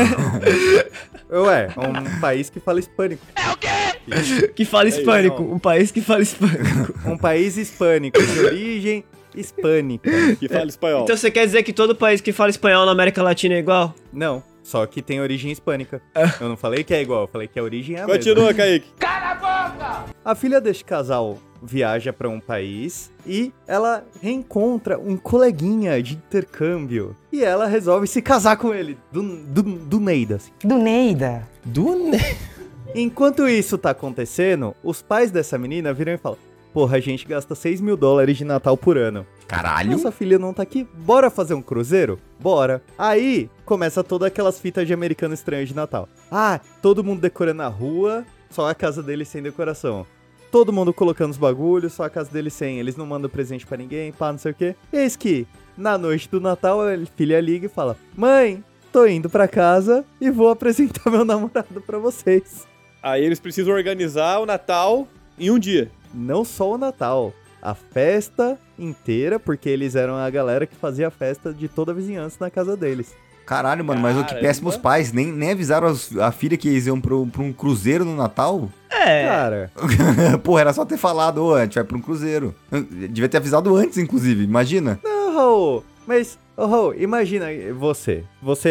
bom. Ué, é um país que fala hispânico. É o quê? Que fala hispânico, é um país que fala hispânico. Um país hispânico, de origem hispânica. Que fala espanhol. Então você quer dizer que todo país que fala espanhol na América Latina é igual? Não, só que tem origem hispânica. Eu não falei que é igual, eu falei que a origem é a Continua, mesma. Kaique. Cala a boca! A filha deste casal viaja pra um país e ela reencontra um coleguinha de intercâmbio. E ela resolve se casar com ele, do, do, do Neida. Assim. Do Neida? Do Neida? Enquanto isso tá acontecendo, os pais dessa menina viram e falam, porra, a gente gasta seis mil dólares de Natal por ano. Caralho. Nossa filha não tá aqui, bora fazer um cruzeiro? Bora. Aí, começa todas aquelas fitas de americano estranho de Natal. Ah, todo mundo decorando a rua, só a casa dele sem decoração. Todo mundo colocando os bagulhos, só a casa dele sem. Eles não mandam presente pra ninguém, pá, não sei o quê. Eis que, na noite do Natal, a filha liga e fala, mãe, tô indo pra casa e vou apresentar meu namorado pra vocês. Aí eles precisam organizar o Natal em um dia. Não só o Natal, a festa inteira, porque eles eram a galera que fazia a festa de toda a vizinhança na casa deles. Caralho, mano, mas o que péssimos pais, nem, nem avisaram as, a filha que eles iam pro, pra um cruzeiro no Natal? É. Cara. Porra, era só ter falado, ô, a gente vai pra um cruzeiro. Devia ter avisado antes, inclusive, imagina. Não, Raul, mas, oh, Raul, imagina você.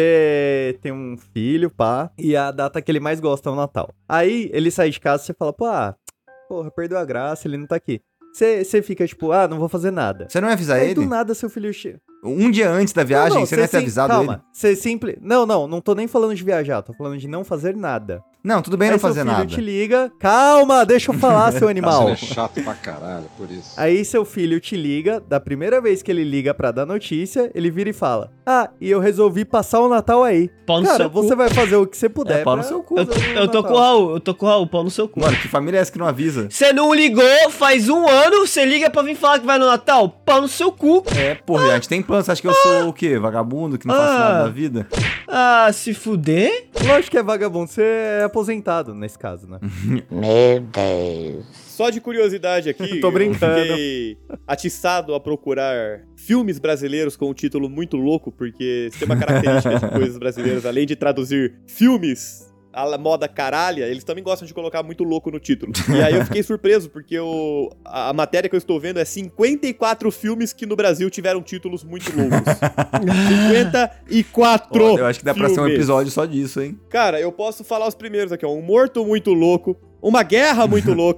Você tem um filho, pá, e a data que ele mais gosta é o Natal. Aí, ele sai de casa e você fala, pô, ah, porra, perdeu a graça, ele não tá aqui. Você fica tipo, ah, não vou fazer nada. Você não ia avisar Aí, ele? do nada, seu filho chega. Um dia antes da viagem, você não, não ia ter sim, avisado calma, ele? Você simples... Não, não, não tô nem falando de viajar, tô falando de não fazer nada. Não, tudo bem Aí não fazer nada. Aí seu filho te liga... Calma, deixa eu falar, seu animal. É chato pra caralho, por isso. Aí seu filho te liga, da primeira vez que ele liga pra dar notícia, ele vira e fala, ah, e eu resolvi passar o Natal aí. Pau no Cara, seu você cu. vai fazer o que você puder. É, pau pra... no seu cu. Eu, eu tô com o Raul, eu tô com o Raul, pau no seu cu. Mano, que família é essa que não avisa? Você não ligou faz um ano, você liga pra vir falar que vai no Natal? Pau no seu cu. É, porra, ah. a gente tem plano, você acha que eu sou o quê? Vagabundo, que não faço ah. nada da vida? Ah, se fuder? Lógico que é vagabundo, você é aposentado nesse caso, né? Meu Deus. Só de curiosidade aqui, tô brincando. Eu fiquei atiçado a procurar filmes brasileiros com um título muito louco, porque se tem uma característica de coisas brasileiras, além de traduzir filmes a moda caralha, eles também gostam de colocar muito louco no título. E aí eu fiquei surpreso, porque eu, a, a matéria que eu estou vendo é cinquenta e quatro filmes que no Brasil tiveram títulos muito loucos. cinquenta e quatro Pô, eu acho que dá filmes. pra ser um episódio só disso, hein? Cara, eu posso falar os primeiros aqui, ó. Um Morto Muito Louco, Uma Guerra Muito Louca,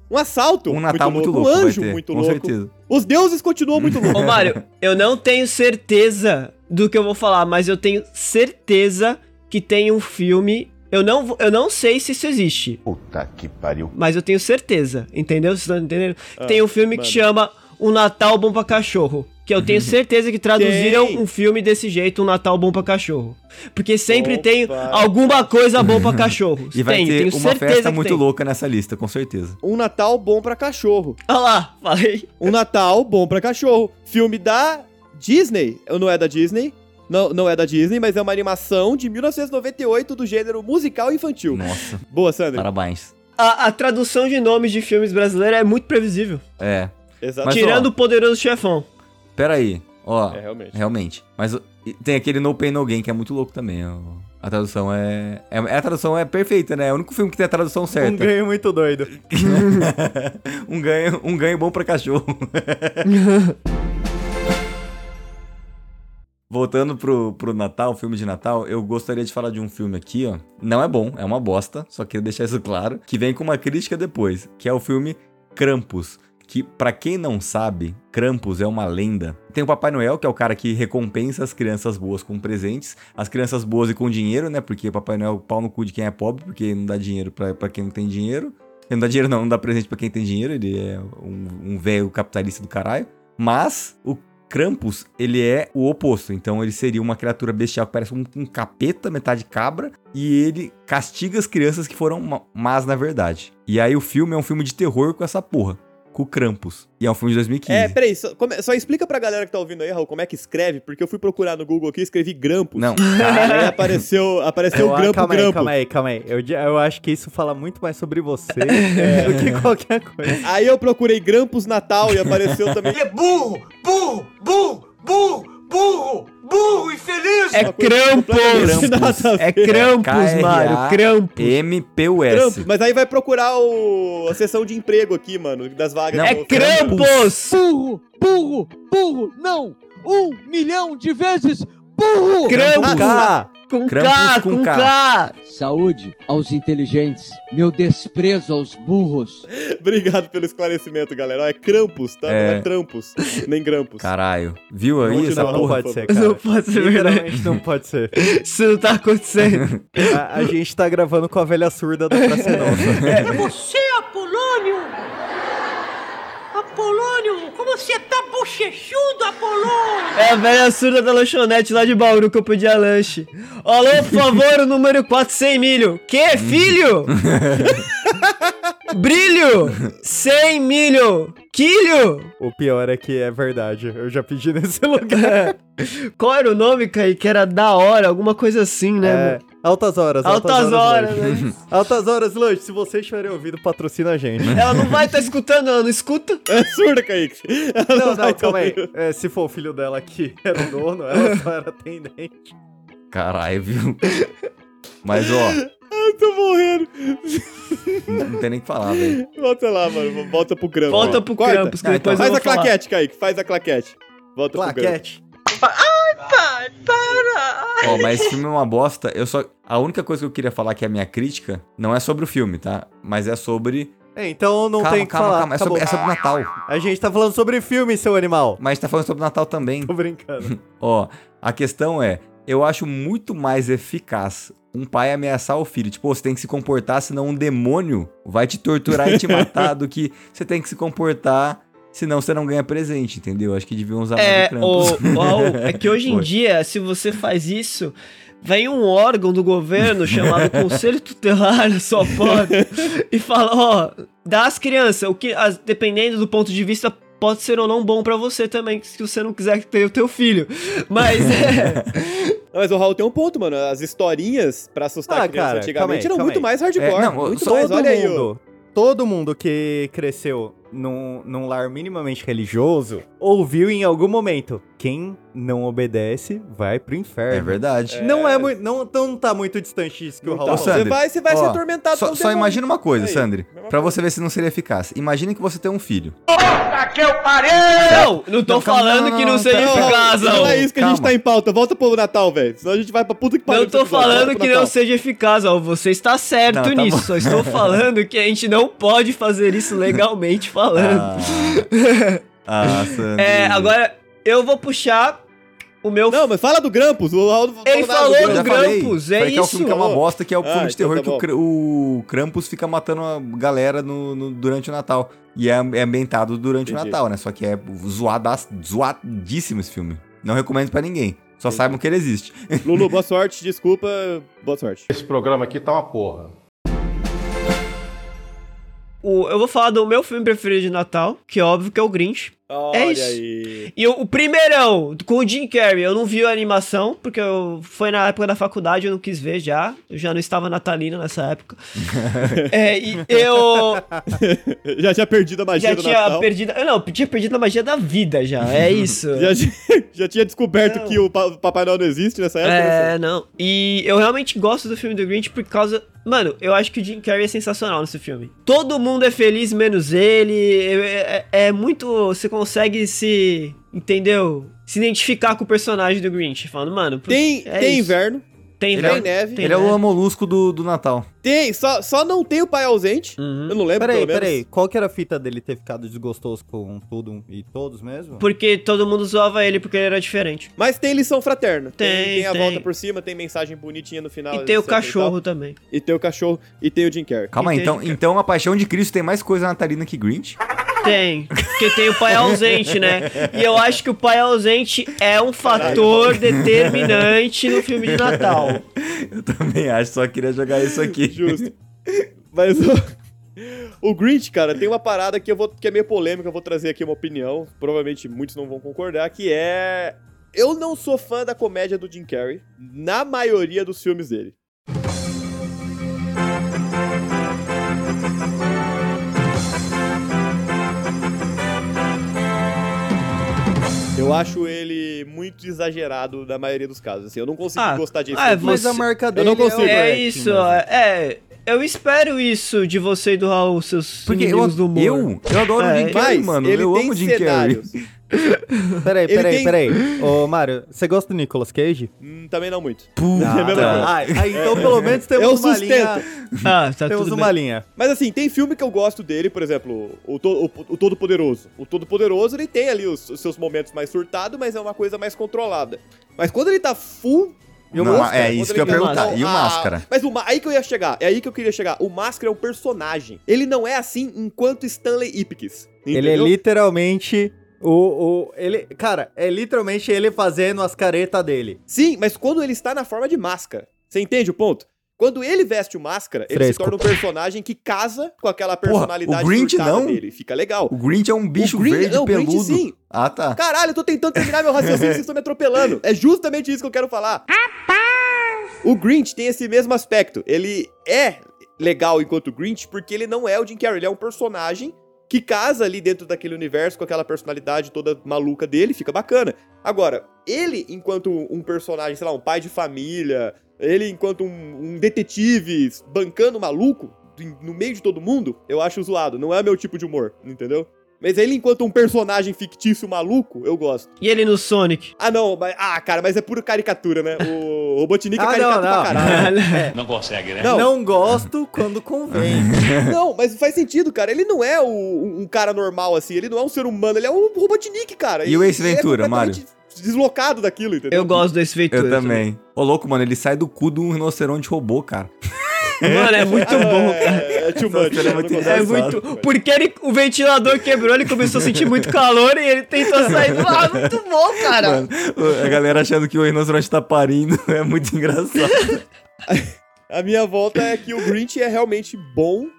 Um assalto Um Natal muito louco, um vai anjo ter, muito com louco. certeza. Os deuses continuam muito loucos. Ô, Mário, eu não tenho certeza do que eu vou falar, mas eu tenho certeza que tem um filme... Eu não, vou- eu não sei se isso existe, Puta que pariu. mas eu tenho certeza, entendeu? Vocês estão entendendo? Ah, tem um filme mano. que chama Um Natal Bom Pra Cachorro, que eu tenho certeza que traduziram Tem. um filme desse jeito, Um Natal Bom Pra Cachorro. Porque sempre Opa. tem alguma coisa bom pra cachorro. E vai tem, ter tenho uma certeza festa que muito tem. louca nessa lista, com certeza. Um Natal bom pra cachorro. Olha lá, falei. Um Natal bom pra cachorro. Filme da Disney. Não é da Disney. Não, não é da Disney, mas é uma animação de mil novecentos e noventa e oito do gênero musical infantil. Nossa, Boa, Sandra. parabéns. A, a tradução de nomes de filmes brasileiros é muito previsível. É. Exato. Mas, Tirando ó, o Poderoso Chefão. Pera aí, ó. É, realmente. Realmente. Mas ó, e tem aquele No Pain No Gain que é muito louco também. ó. A tradução é, é. A tradução é perfeita, né? É o único filme que tem a tradução certa. Um ganho muito doido. um, ganho, um ganho bom pra cachorro. Voltando pro, pro Natal, filme de Natal, eu gostaria de falar de um filme aqui, ó. Não é bom, é uma bosta, só queria deixar isso claro. Que vem com uma crítica depois, que é o filme Krampus. Que, pra quem não sabe, Krampus é uma lenda. Tem o Papai Noel, que é o cara que recompensa as crianças boas com presentes. As crianças boas e com dinheiro, né? Porque Papai Noel é o pau no cu de quem é pobre, porque não dá dinheiro pra, pra quem não tem dinheiro. Ele não dá dinheiro não, não dá presente pra quem tem dinheiro. Ele é um, um velho capitalista do caralho. Mas o Krampus, ele é o oposto. Então ele seria uma criatura bestial que parece um, um capeta, metade cabra. E ele castiga as crianças que foram ma- más na verdade. E aí o filme é um filme de terror com essa porra. Com o Krampus. E é um filme de dois mil e quinze. É, peraí, só, come- só explica pra galera que tá ouvindo aí, Raul, como é que escreve, porque eu fui procurar no Google aqui e escrevi Grampus. Não. E aí apareceu, apareceu Eu- o Grampo calma aí, Grampo. calma aí, calma aí. Eu, di- eu acho que isso fala muito mais sobre você do que qualquer coisa. Aí eu procurei Grampus Natal e apareceu também. É burro, burro, burro, burro, burro, burro, infeliz. É Uma coisa Krampus. completamente nada a ver. É Krampus, Mário. Krampus. M P U S. Krampus, mas aí vai procurar o... a seção de emprego aqui, mano, das vagas. Não, É do- Krampus. Burro, burro, burro, não. Um milhão de vezes burro. Krampus. K. Com Krampus K, com com K. K. Saúde aos inteligentes, meu desprezo aos burros. Obrigado pelo esclarecimento, galera. Ó, é Krampus, tá? É. Não é Trampus, nem Grampus. Caralho. Viu aí Continua, essa Raul, Não porra? pode ser, favor. cara. Não pode ser verdade. Literalmente não pode ser. Isso não tá acontecendo. A, a gente tá gravando com a velha surda da Praça Nossa. É você, Apolônio! Apolônio, como você tá bochechudo, Apolônio! É a velha surda da lanchonete lá de Bauru que eu pedi a lanche. Alô, por favor, o número quatro, cem milho. Que, filho? Brilho! cem milho! Quilho! O pior é que é verdade. Eu já pedi nesse lugar. Qual era o nome, Kaique? Era da hora, alguma coisa assim, né? É, mano? altas horas. Altas horas, Lanche. né? Altas horas, Lanche. Se vocês tiverem ouvido, patrocina a gente. Ela não vai estar escutando, ela não escuta? É surda, Kaique. Ela Não, vai não, tá calma aí. ouvindo. É, se for o filho dela que era o dono, ela só era atendente. Caralho, viu? Mas, ó, Ai, tô morrendo. não tem nem o que falar, velho. Volta lá, mano. Volta pro Krampus. Volta pro Corta. Krampus, que Ah, depois então. eu Faz vou a falar. claquete, Kaique. Faz a claquete. Volta pro Krampus. Claquete. Pai, para! Ó, mas esse filme é uma bosta. Eu só. A única coisa que eu queria falar que é a minha crítica não é sobre o filme, tá? Mas é sobre. É, então não calma, tem o que calma, falar. calma. É Acabou. sobre, é sobre Natal. A gente tá falando sobre filme, seu animal. Mas tá falando sobre Natal também. Tô brincando. Ó, a questão é, eu acho muito mais eficaz um pai ameaçar o filho. Tipo, você tem que se comportar, senão um demônio vai te torturar e te matar, do que você tem que se comportar, senão você não ganha presente, entendeu? Acho que deviam usar É, mais o o, Krampus. o Raul, é que hoje em Oi. dia, se você faz isso, vem um órgão do governo chamado Conselho Tutelar na sua porta e fala, ó, dá às crianças, o que, as- dependendo do ponto de vista, pode ser ou não bom pra você também, se você não quiser ter o teu filho. Mas é... Não, mas o Raul tem um ponto, mano. As historinhas pra assustar Ah, a criança cara, antigamente calma aí, eram calma muito aí. mais hardcore. É, não, muito só mais, Todo olha aí. ó. mundo, todo mundo que cresceu num, num lar minimamente religioso ouviu em algum momento: quem não obedece vai pro inferno. É verdade. É. Não é muito, não, então não tá muito distante disso que o Raul Tá, falou. você vai, você vai ó, ser atormentado Só, pelo só demônio. imagina uma coisa, Aí, Sandri, mesma pra coisa. você ver se não seria eficaz. Imagine que você tem um filho. Puta que eu parei! Não, não tô Não, calma, falando não, não, que não não, seja não, eficaz, Não, não. não é isso que a gente Calma. tá em pauta. Volta pro Natal, velho. Senão a gente vai pra puta que pariu. Não tô desse episódio. falando Volta pro que não Natal. seja eficaz, ó. Você está certo Não, tá nisso. bom. Só estou falando que a gente não pode fazer isso legalmente falando. Ah, ah Sandri. É, agora eu vou puxar o meu. Não, mas fala do Grampus. O Raul Ele falou Eu do já falei. Grampus, é Falei que é um isso. filme que é uma bosta, que é o Ah, filme de então terror tá que o, bom. Kra- o Krampus fica matando a galera no, no- durante o Natal. E é, é ambientado durante Entendi. o Natal, né? Só que é zoadaço, zoadíssimo esse filme. Não recomendo pra ninguém. Só saibam que ele existe. Lulu, boa sorte. Desculpa. Boa sorte. Esse programa aqui tá uma porra. O- eu vou falar do meu filme preferido de Natal, que é óbvio que é o Grinch. Olha É isso. aí. E o, o primeirão, com o Jim Carrey, eu não vi a animação, porque eu, foi na época da faculdade, eu não quis ver já. Eu já não estava natalino nessa época. É, e eu Já tinha perdido a magia já do tinha Natal. perdido... eu Não, tinha perdido a magia da vida já, é isso. Já, tinha- já tinha descoberto Não. que o Pa- Papai Noel não existe nessa época. né? É, não. E eu realmente gosto do filme do Grinch por causa... Mano, eu acho que o Jim Carrey é sensacional nesse filme. Todo mundo é feliz, menos ele. É, é- é muito... Você consegue se... Entendeu? Se identificar com o personagem do Grinch. Falando, mano... Tem, é tem isso. inverno, Tem Ele tem inverno. neve, Tem ele é neve. o molusco do, do Natal. tem, só, só não tem o pai ausente. Uhum. Eu não lembro, Peraí, pelo menos. peraí. Qual que era a fita dele ter ficado desgostoso com tudo e todos mesmo? Porque todo mundo zoava ele porque ele era diferente. Mas tem lição fraterna. Tem, Tem, tem a tem. volta por cima, tem mensagem bonitinha no final. E tem o etcétera cachorro E, tal. também. E tem o cachorro e tem o Jim Carrey. Calma aí, Entendi, então, cara. então a Paixão de Cristo tem mais coisa natalina que Grinch? Tem. Porque tem o pai ausente, né? E eu acho que o pai ausente é um fator determinante no filme de Natal. Eu também acho, só queria jogar isso aqui. Justo. Mas o, o Grinch, cara, tem uma parada que, eu vou, que é meio polêmica, eu vou trazer aqui uma opinião, provavelmente muitos não vão concordar, que é... Eu não sou fã da comédia do Jim Carrey, na maioria dos filmes dele. Eu acho ele muito exagerado na maioria dos casos, assim, eu não consigo Ah, gostar disso. ah, Mas você- a marca Eu dele não consigo. é, o É acting isso, mesmo. é. Eu espero isso de você e do Raul, seus Porque eu, inimigos do humor. eu, eu adoro É, o Jim Carrey, Mas mano. ele Eu tem amo o Jim Carrey. cenários. Peraí, Ele peraí, tem- peraí. Ô, Mário, você gosta do Nicolas Cage? Hum, também não muito. Puta. É a mesma coisa. Ah, aí, então pelo menos temos Eu uma sustento. linha. Ah, tá Temos tudo uma bem. linha. Mas assim, tem filme que eu gosto dele, por exemplo, o, to, o, o Todo-Poderoso. O Todo-Poderoso, ele tem ali os, os seus momentos mais surtados, mas é uma coisa mais controlada. Mas quando ele tá full... Não, máscara, é quando isso ele que eu ia quer- perguntar. não, E o ah, Máscara? Mas o, Ma- aí que eu ia chegar, é aí que eu queria chegar. O Máscara é um personagem. Ele não é assim enquanto Stanley Ipkiss. Ele é entendeu? literalmente o, o. Ele. Cara, é literalmente ele fazendo as caretas dele. Sim, mas quando ele está na forma de máscara. Você entende o ponto? Quando ele veste o Máscara, ele Fresco. se torna um personagem que casa com aquela Porra, personalidade o Grinch surtada não? dele. Fica legal. O Grinch é um bicho O Grin- verde não, o Grinch peludo. sim. Ah, tá. Caralho, eu tô tentando terminar meu raciocínio, vocês estão me atropelando. É justamente isso que eu quero falar. O Grinch tem esse mesmo aspecto. Ele é legal enquanto Grinch porque ele não é o Jim Carrey. Ele é um personagem que casa ali dentro daquele universo com aquela personalidade toda maluca dele. Fica bacana. Agora, ele enquanto um personagem, sei lá, um pai de família... Ele enquanto um, um detetive bancando maluco no meio de todo mundo, eu acho zoado. Não é meu tipo de humor, entendeu? Mas ele, enquanto um personagem fictício maluco, eu gosto. E ele no Sonic? Ah, não. Mas, ah, cara, mas é puro caricatura, né? O Robotnik é Ah, caricato não, pra não. caralho. É. Não consegue, né? Não. Não gosto quando convém. Não, mas faz sentido, cara. Ele não é o- um cara normal, assim. Ele não é um ser humano. Ele é o Robotnik, cara. E o Ace ele é Ventura, completamente deslocado daquilo, entendeu? Eu gosto desse Ventura. Eu também. Ô, louco, mano, ele sai do cu de um rinoceronte robô, cara. Mano, é muito bom, cara. É, é too much. Nossa, ele é eu não muito consigo. É engraçado. muito. Porque ele, o ventilador quebrou, ele começou a sentir muito calor e ele tentou sair do ar. Muito bom, cara. Mano, a galera achando que o rinoceronte tá parindo é muito engraçado. A minha volta é que o Grinch é realmente bom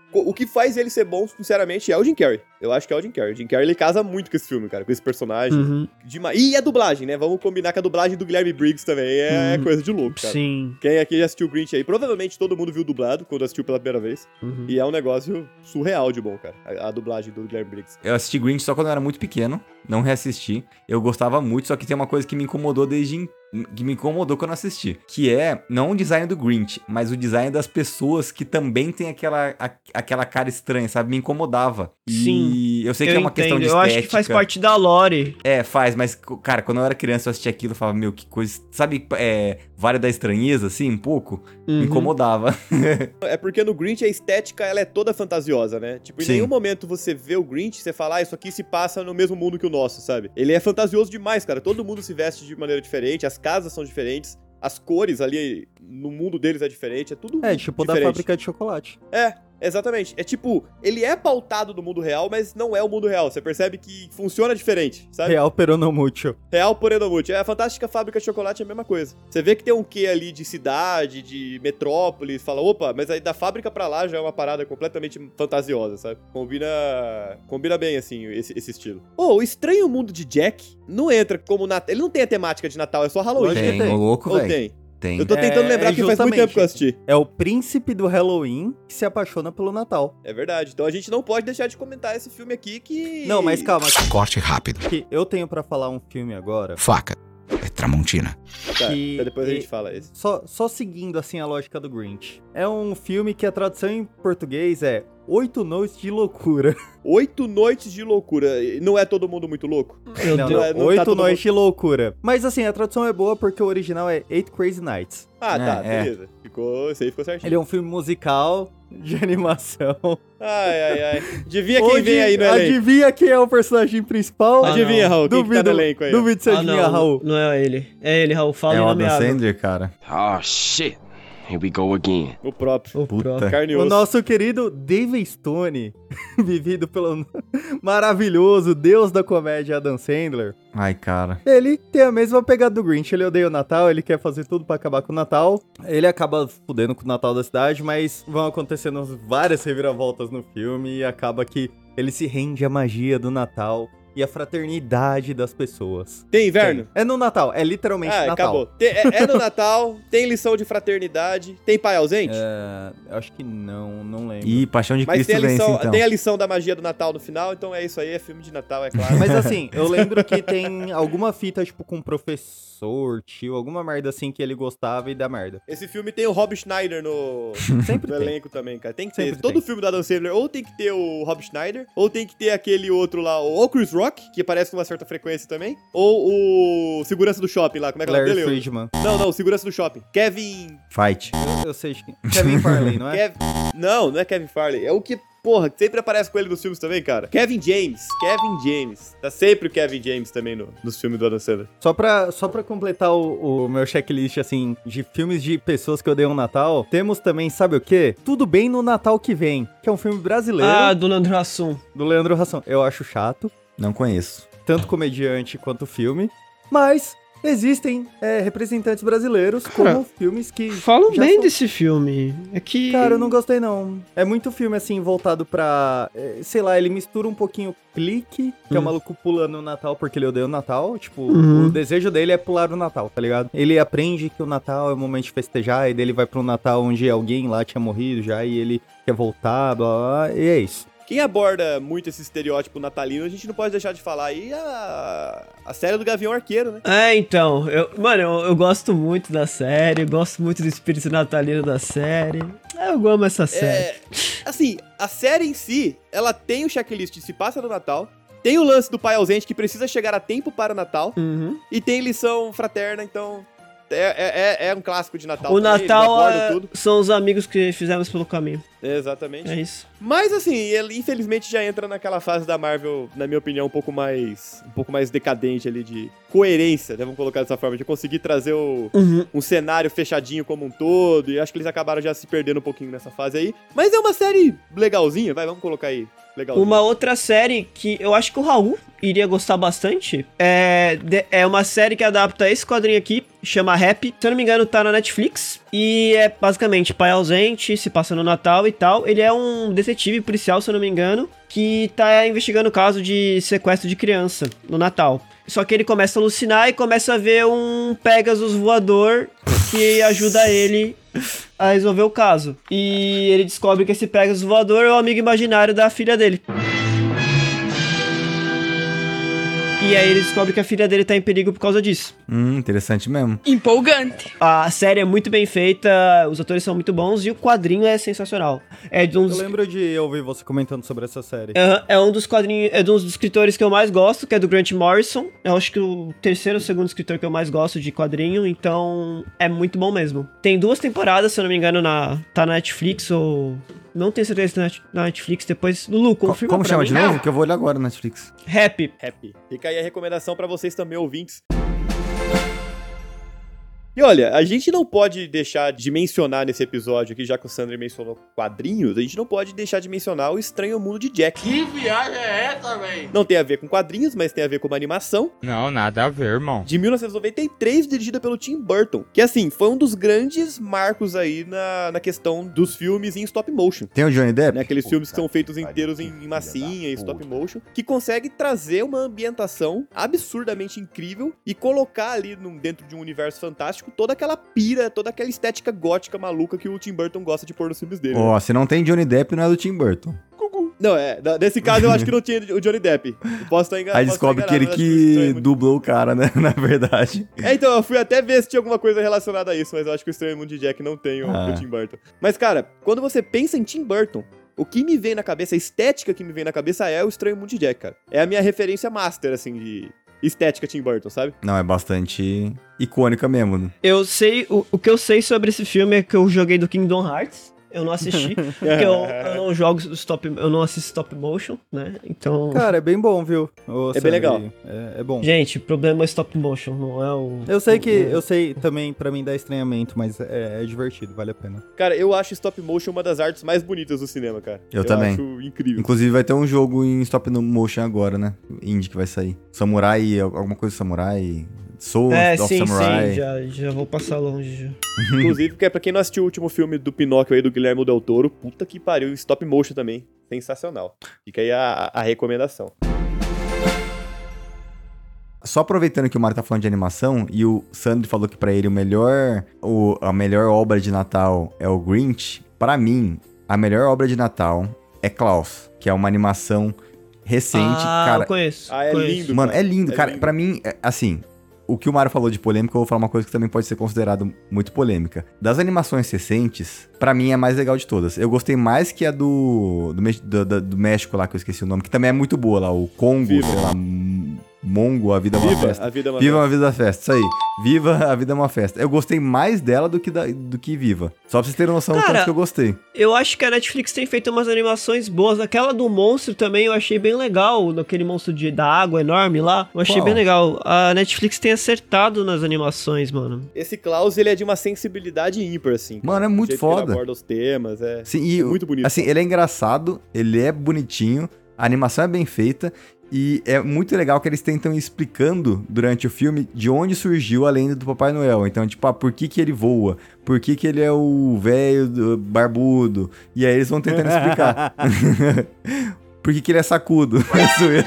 O que faz ele ser bom, sinceramente, é o Jim Carrey. Eu acho que é o Jim Carrey. O Jim Carrey, ele casa muito com esse filme, cara, com esse personagem. Uhum. Dema- E a dublagem, né? Vamos combinar que a dublagem do Guilherme Briggs também é Uhum. coisa de louco, cara. Sim. Quem aqui já assistiu o Grinch aí, provavelmente todo mundo viu dublado quando assistiu pela primeira vez. Uhum. E é um negócio surreal de bom, cara, a, a dublagem do Guilherme Briggs. Eu assisti Grinch só quando eu era muito pequeno, não reassisti. Eu gostava muito, só que tem uma coisa que me incomodou desde... que me incomodou quando eu assisti. Que é, não o design do Grinch, mas o design das pessoas que também tem aquela, a, aquela cara estranha, sabe? Me incomodava. Sim. E eu sei que Eu é uma questão de entendo. Eu estética. acho que faz parte da lore. É, faz, mas, cara, quando eu era criança eu assistia aquilo, eu falava, meu, que coisa... Sabe, é, Vale da Estranheza, assim, um pouco? Uhum. Me incomodava. É porque no Grinch a estética, ela é toda fantasiosa, né? Tipo, em Sim. nenhum momento você vê o Grinch e você fala, ah, isso aqui se passa no mesmo mundo que o nosso, sabe? Ele é fantasioso demais, cara. Todo mundo se veste de maneira diferente, as casas são diferentes, as cores ali no mundo deles é diferente, é tudo É, tipo diferente. da fábrica de chocolate. É, exatamente. É tipo, ele é pautado no mundo real, mas não é o mundo real. Você percebe que funciona diferente, sabe? Real peronomútil. Real por Edomute. É a Fantástica Fábrica de Chocolate é a mesma coisa. Você vê que tem um quê ali de cidade, de metrópole, fala, opa, mas aí da fábrica pra lá já é uma parada completamente fantasiosa, sabe? Combina combina bem, assim, esse, esse estilo. Pô, o Estranho Mundo de Jack não entra como Natal. Ele não tem a temática de Natal, é só Halloween. Tem, né? ô louco, Ou velho. tem? Tem. Eu tô tentando É, lembrar é porque faz muito justamente. tempo que eu assisti. É o príncipe do Halloween que se apaixona pelo Natal. É verdade. Então a gente não pode deixar de comentar esse filme aqui que... Não, mas calma. Corte rápido. Que eu tenho pra falar um filme agora. Faca. É Tramontina. Tá, que- então depois a gente e- fala esse. Só, só seguindo assim a lógica do Grinch. É um filme que a tradução em português é Oito Noites de Loucura. Oito Noites de Loucura. Não é todo mundo muito louco? Meu não, Deus. não, não tá Oito todo Noites mundo- de Loucura. Mas assim, a tradução é boa porque o original é Eight Crazy Nights. Ah, tá, É, é. beleza. Ficou, esse aí ficou certinho. Ele é um filme musical de animação. Ai, ai, ai. Adivinha quem Onde- vem aí no elenco? Adivinha quem é o personagem principal? Ah, Adivinha, não. Raul, quem que tá no Duvido, elenco aí? ó? duvido se Ah, adivinha, não, Raul. não é ele. É ele, Raul. Fala É em o nome Adam água. Sandler, cara. Oh, shit. Here we go again. O próprio. O Puta. próprio. Carne e O osso. nosso querido Dave Stone, vivido pelo maravilhoso deus da comédia Adam Sandler, Ai, cara. ele tem a mesma pegada do Grinch. Ele odeia o Natal, ele quer fazer tudo pra acabar com o Natal. Ele acaba fudendo com o Natal da cidade, mas vão acontecendo várias reviravoltas no filme e acaba que ele se rende à magia do Natal e à fraternidade das pessoas. Tem inverno? É no Natal, é literalmente Ah, Natal. acabou. Tem- é, é no Natal, tem lição de fraternidade, tem pai ausente? É, eu acho que não, não lembro. E Paixão de Mas Cristo tem a, vence, lição, então. tem a lição da magia do Natal no final, então é isso aí, é filme de Natal, é claro. Mas assim, eu lembro que tem alguma fita, tipo, com professor, tio, alguma merda assim que ele gostava e dá merda. Esse filme tem o Rob Schneider no, Sempre no tem. elenco também, cara. Tem que ter. Sempre Todo tem. filme do Adam Sandler ou tem que ter o Rob Schneider, ou tem que ter aquele outro lá, o Chris Rock, que aparece com uma certa frequência também, ou o Segurança do Shopping lá, como é que é o nome Larry dele? Friedman. Não, não, o Segurança do Shopping. Kevin... Fight. Eu, eu sei de quem. Kevin Farley, não é? Kev... Não, não é Kevin Farley. É o que, porra, sempre aparece com ele nos filmes também, cara. Kevin James. Kevin James. Tá sempre o Kevin James também no, nos filmes do Adam Sandler. Só pra, só pra completar o, o meu checklist, assim, de filmes de pessoas que odeiam o Natal, temos também, sabe o quê? Tudo Bem no Natal que Vem, que é um filme brasileiro Ah, do Leandro Hassum. do Leandro Hassum. Eu acho chato, Não conheço. tanto comediante quanto filme, mas existem é, representantes brasileiros Cara, como filmes que Falam já bem são- desse filme. É que... Cara, eu não gostei não. É muito filme, assim, voltado pra... é, sei lá, ele mistura um pouquinho clique, que é o Hum. maluco pulando o Natal porque ele odeia o Natal. Tipo, Uhum. o desejo dele é pular o Natal, tá ligado? Ele aprende que o Natal é o momento de festejar, e daí ele vai pro Natal onde alguém lá tinha morrido já, e ele quer voltar, blá, blá, blá, e é isso. Quem aborda muito esse estereótipo natalino, a gente não pode deixar de falar aí a, a série do Gavião Arqueiro, né? É, então, eu, mano, eu, eu gosto muito da série, eu gosto muito do espírito natalino da série. Eu amo essa série. É, assim, a série em si, ela tem o checklist de se passa no Natal, tem o lance do pai ausente que precisa chegar a tempo para o Natal, Uhum. e tem lição fraterna, então é, é, é um clássico de Natal O também, eles Natal abordam é- tudo. são os amigos que fizemos pelo caminho. Exatamente. É isso. Mas assim, ele infelizmente já entra naquela fase da Marvel, na minha opinião, um pouco mais um pouco mais decadente ali de coerência, né? Vamos colocar dessa forma, de conseguir trazer o, Uhum. um cenário fechadinho como um todo, e acho que eles acabaram já se perdendo um pouquinho nessa fase aí. Mas é uma série legalzinha, vai, vamos colocar aí. Legal. Uma outra série que eu acho que o Raul iria gostar bastante é, de- é uma série que adapta esse quadrinho aqui, chama Happy. Se eu não me engano, tá na Netflix. E é basicamente pai ausente, se passa no Natal e tal. Ele é um detetive policial, se eu não me engano, que tá investigando o caso de sequestro de criança no Natal. Só que ele começa a alucinar e começa a ver um Pegasus voador que ajuda ele a resolver o caso. E ele descobre que esse Pegasus voador é o amigo imaginário da filha dele. E aí ele descobre que a filha dele tá em perigo por causa disso. Hum, interessante mesmo. Empolgante. A série é muito bem feita, os atores são muito bons e o quadrinho é sensacional. É de uns... Eu lembro de ouvir você comentando sobre essa série. É, é um dos quadrinhos, é de um dos escritores que eu mais gosto, que é do Grant Morrison. Eu acho que o terceiro ou segundo escritor que eu mais gosto de quadrinho, então é muito bom mesmo. Tem duas temporadas, se eu não me engano, na, tá na Netflix ou... Não tenho certeza se tá na Netflix, depois... Lulu, confirma Como pra chama mim. de novo? Que eu vou olhar agora no Netflix. Happy. Happy. Fica aí a recomendação pra vocês também, ouvintes. E olha, a gente não pode deixar de mencionar nesse episódio aqui, já que o Sandro mencionou quadrinhos, a gente não pode deixar de mencionar o Estranho Mundo de Jack. Que viagem é essa, véi? Não tem a ver com quadrinhos, mas tem a ver com uma animação. Não, nada a ver, irmão. De mil novecentos e noventa e três, dirigida pelo Tim Burton. Que, assim, foi um dos grandes marcos aí na, na questão dos filmes em stop motion. Tem o Johnny Depp? Né? Aqueles filmes que são feitos inteiros em, em massinha, em stop motion, que consegue trazer uma ambientação absurdamente incrível e colocar ali num, dentro de um universo fantástico toda aquela pira, toda aquela estética gótica maluca que o Tim Burton gosta de pôr nos filmes dele. Ó, né? se não tem Johnny Depp, não é do Tim Burton. Não, é, da- nesse caso eu acho que não tinha o Johnny Depp. Eu posso estar enganado. Aí descobre que ele que dublou o cara, né? Na verdade. É, então, eu fui até ver se tinha alguma coisa relacionada a isso, mas eu acho que o Estranho Mundo de Jack não tem o, Ah. o Tim Burton. Mas, cara, quando você pensa em Tim Burton, o que me vem na cabeça, a estética que me vem na cabeça é o Estranho Mundo de Jack, cara. É a minha referência master, assim, de estética Tim Burton, sabe? Não, é bastante icônica mesmo. Né? Eu sei, o, o que eu sei sobre esse filme é que eu joguei do Kingdom Hearts. Eu não assisti, porque eu, eu não jogo stop, eu não assisto stop motion, né? Então. Cara, é bem bom, viu? Ô, É bem legal. É, é bom. Gente, o problema é stop motion, não é o. Eu sei que, o- eu sei também, pra mim dá estranhamento, mas é, é divertido, vale a pena. Cara, eu acho stop motion uma das artes mais bonitas do cinema, cara. Eu, também. acho incrível. Inclusive vai ter um jogo em stop motion agora, né? Indie que vai sair. Samurai, alguma coisa Samurai... Soul É, of sim, Samurai. sim, já, já vou passar longe. Já. Inclusive, porque pra quem não assistiu o último filme do Pinóquio aí, do Guilherme Del Toro, puta que pariu, stop motion também. Sensacional. Fica aí a, a recomendação. Só aproveitando que o Mário tá falando de animação e o Sandro falou que pra ele o melhor, o, a melhor obra de Natal é o Grinch, pra mim, a melhor obra de Natal é Klaus, que é uma animação recente, Ah, cara. eu conheço. Ah, é conheço. lindo. Mano, cara. é lindo, É cara. lindo. Pra mim, é, assim, o que o Mário falou de polêmica, eu vou falar uma coisa que também pode ser considerado muito polêmica. Das animações recentes, pra mim é a mais legal de todas. Eu gostei mais que a do do, Mex- do, do- do México lá, que eu esqueci o nome, que também é muito boa lá, o Congo, Viva. sei lá, M- Mongo, A Vida é uma Viva, Festa. a vida é uma Viva festa. uma Vida é uma Festa, isso aí. Viva a Vida é uma Festa. Eu gostei mais dela do que, da, do que Viva. Só pra vocês terem noção do Cara, tanto que eu gostei. Eu acho que a Netflix tem feito umas animações boas. Aquela do monstro também eu achei bem legal. Daquele monstro de, da água enorme lá. Eu achei Qual? bem legal. A Netflix tem acertado nas animações, mano. Esse Klaus, ele é de uma sensibilidade ímpar, assim. cara. Mano, é O muito jeito que ele foda. aborda os temas, é, Sim, e, é muito bonito. Assim, ele é engraçado, ele é bonitinho, a animação é bem feita. E é muito legal que eles tentam ir explicando durante o filme de onde surgiu a lenda do Papai Noel. Então, tipo, ah, por que que ele voa? Por que que ele é o velho do- barbudo? E aí eles vão tentando explicar. Por que que ele é sacudo? É zoeira.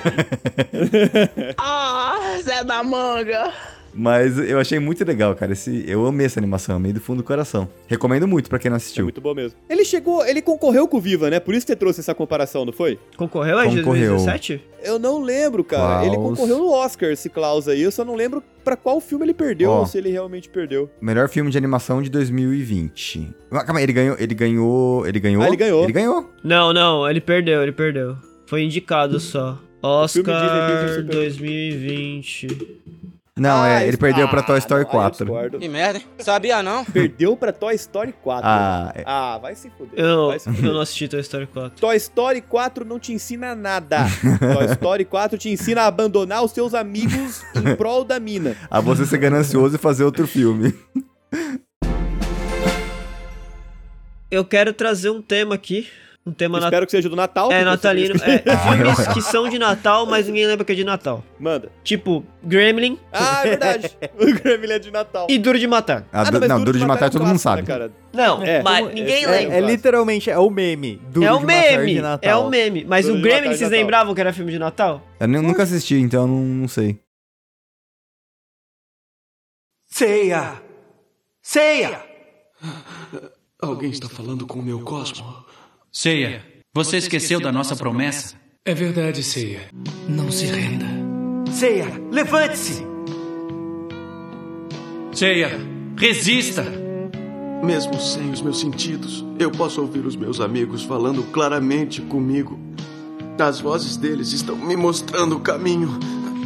Ah, Zé da Manga. Mas eu achei muito legal, cara. Esse, eu amei essa animação, amei do fundo do coração. Recomendo muito pra quem não É assistiu. muito bom mesmo. Ele chegou, ele concorreu com o Viva, né? Por isso que você trouxe essa comparação, não foi? Concorreu em dois mil e dezessete? Eu não lembro, cara. Klaus. Ele concorreu no Oscar, esse Klaus aí. Eu só não lembro pra qual filme ele perdeu, Ó. ou se ele realmente perdeu. Melhor filme de animação de dois mil e vinte. Ah, calma aí, ele ganhou, ele ganhou, ele ganhou? Ah, ele ganhou. Ele ganhou. Não, não, ele perdeu, ele perdeu. Foi indicado só. filme Disney Oscar Pixar Super- dois mil e vinte. Não, Ah, é, ele isso- perdeu pra ah, Toy Story não, aí eu quatro. discordo. Que merda, hein? Sabia não? Perdeu pra Toy Story quatro. Ah, é. Ah, vai se fuder. Eu, Vai se fuder. eu não assisti Toy Story quatro. Toy Story quatro não te ensina nada. Toy Story quatro te ensina a abandonar os seus amigos em prol da mina. A você ser ganancioso e fazer outro filme. Eu quero trazer um tema aqui Um tema Espero nat... que seja do Natal. É, porque natalino. eu É, filmes que são de Natal, mas ninguém lembra que é de Natal. Manda. Tipo, Gremlin. Ah, é verdade. O Gremlin é de Natal. E Duro de Matar. Ah, Ah, du- mas não, Duro de Matar é um todo mundo clássico, sabe. né, cara? Não, É, mas como- ninguém é- lembra. É, é literalmente, é o meme. Duro É o de Matar de meme, Natal. é o meme. Mas Duro o de Matar Gremlin, de vocês Natal. lembravam que era filme de Natal? Eu nem- nunca assisti, então eu não, não sei. Ceia! Ceia! Alguém está falando com o meu Cosmo? Ceia, você esqueceu da nossa promessa? É verdade, Ceia. Não se renda. Ceia, levante-se! Ceia, resista! Mesmo sem os meus sentidos, eu posso ouvir os meus amigos falando claramente comigo. As vozes deles estão me mostrando o caminho.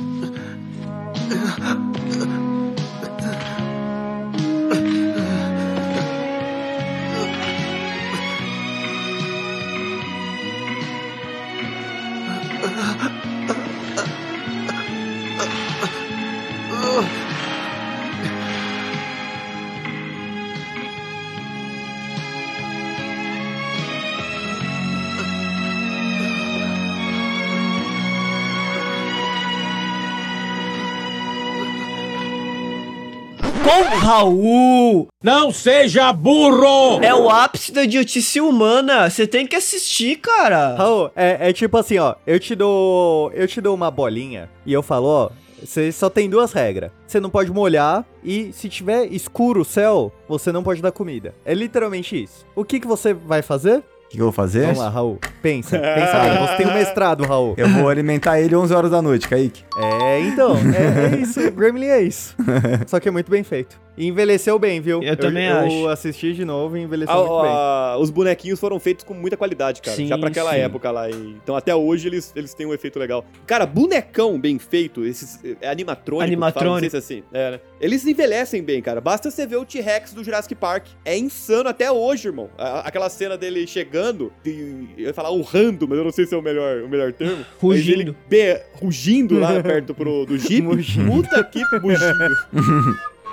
Com Raul! Não seja burro! É o ápice da idiotice humana. Você tem que assistir, cara. Raul, é, é tipo assim, ó. Eu te dou. Eu te dou uma bolinha e eu falo, ó. Você só tem duas regras. Você não pode molhar e se tiver escuro o céu, você não pode dar comida. É literalmente isso. O que, que você vai fazer? O que, que eu vou fazer? Vamos lá, Raul. Pensa, pensa bem. Você tem um mestrado, Raul. Eu vou alimentar ele onze horas da noite, Kaique. É, então. É, é isso. Gremlin é isso. Só que é muito bem feito. E envelheceu bem, viu? Eu também eu, acho. Eu assisti de novo e envelheceu Ah, muito bem. ah, os bonequinhos foram feitos com muita qualidade, cara. Sim, já pra aquela sim. época lá. E... Então até hoje eles, eles têm um efeito legal. Cara, bonecão bem feito, esses é animatrônico. Animatrônico. Fala, não sei se é assim. É, né? Eles envelhecem bem, cara. Basta você ver o T-Rex do Jurassic Park. É insano até hoje, irmão. A- aquela cena dele chegando, e, eu ia falar urrando, mas eu não sei se é o melhor, o melhor termo. Mas Rugindo. ele be- rugindo lá perto pro, do Jeep. Mugindo. Puta que mugindo.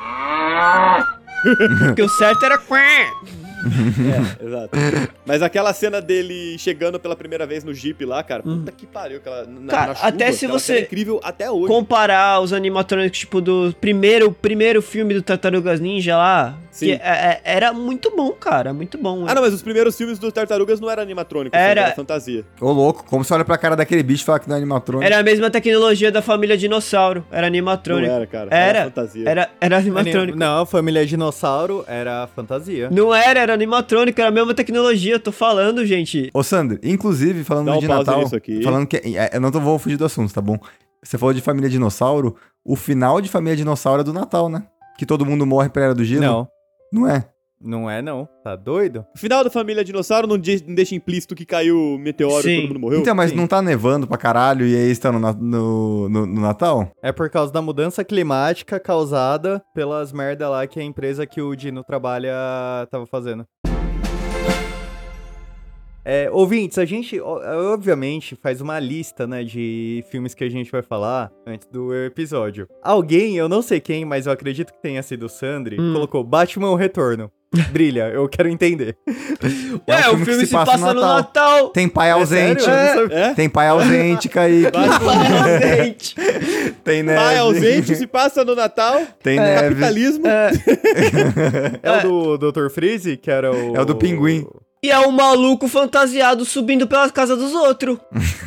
Porque o certo era... É, exato. Mas aquela cena dele chegando pela primeira vez no Jeep lá, cara, puta que pariu. Aquela, na, Cara, na chuva, até se aquela você cena é incrível até hoje. comparar os animatrônicos, tipo, do primeiro, primeiro filme do Tartarugas Ninja lá, Sim. que é- é- era muito bom, cara, muito bom. Ah, não, mas os primeiros filmes do Tartarugas não eram animatrônicos, Era- era fantasia. Ô, louco, como você olha pra cara daquele bicho e fala que não é animatrônico? Era a mesma tecnologia da família Dinossauro, era animatrônico. Não era, cara, Era, era fantasia. Era, era animatrônico. Não, Família Dinossauro era fantasia. Não era, era animatrônico, era a mesma tecnologia, eu tô falando, gente. Ô, Sandro, inclusive, falando Dá um de pause Natal, nisso aqui. falando que... é, Eu não tô, vou fugir do assunto, tá bom? Você falou de Família Dinossauro, o final de Família Dinossauro é do Natal, né? Que todo mundo morre pra Era do Gelo. Não, Não é? não é não. Tá doido? O final da Família Dinossauro não, de- não deixa implícito que caiu o meteoro Sim. e todo mundo morreu? Então, mas Sim. não tá nevando pra caralho e aí está no, na- no, no, no Natal? É por causa da mudança climática causada pelas merda lá que a empresa que o Dino trabalha tava fazendo. É, ouvintes, a gente, ó, obviamente, faz uma lista, né, de filmes que a gente vai falar antes do episódio. Alguém, eu não sei quem, mas eu acredito que tenha sido o Sandri, Hum. colocou Batman o Retorno. Brilha, eu quero entender. É um Ué, filme o que filme se se passa passa no no Natal. Tem pai ausente. sério? É? Tem pai ausente, Kaique. Gente. Tem neve. Pai ausente, se passa no Natal. Tem É, neve. capitalismo. É o do doutor Freeze, que era o... É o do Pinguim. E é um maluco fantasiado subindo pelas casas dos outros.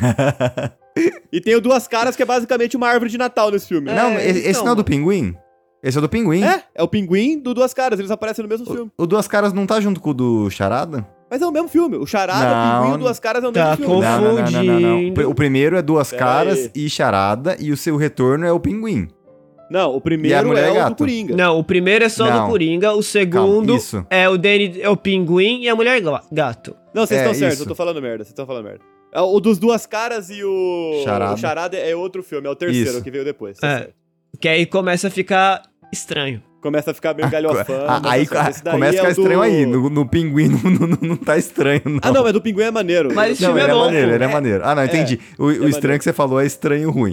E tem o Duas Caras, que é basicamente uma árvore de Natal nesse filme. né? Não, É, esse, esse então. não é do Pinguim? Esse é do Pinguim. É, é o Pinguim do Duas Caras, eles aparecem no mesmo filme. O Duas Caras não tá junto com o do Charada? Mas é o mesmo filme. O Charada, Não. o Pinguim e o Duas Caras é o Tá mesmo filme. confuso. Não, não, não, não, não, não. Confundindo. O primeiro é Duas Pera Caras aí. e Charada, e o seu retorno é o Pinguim. Não, o E a primeiro Mulher é o Gato? do Coringa. Não, o primeiro é só Não. do Coringa, o segundo Calma, isso. é o Danny, é o Pinguim e a Mulher Ga- Gato. Não, vocês É, estão certos, isso. eu tô falando merda, vocês estão falando merda. É, O dos Duas Caras e o Charada. o Charada é outro filme, é o terceiro Isso. que veio depois. Tá É. certo. Que aí começa a ficar estranho. Começa a ficar meio galhofando. Ah, aí tá certo. Esse daí começa a é ficar o do- estranho aí. No, no Pinguim não, não, não tá estranho, não. Ah, não, mas do Pinguim é maneiro. Mas esse Não, filme ele é é bom, maneiro, pô. ele é maneiro. Ah, não, entendi. O, o maneiro. estranho que você falou é estranho ruim.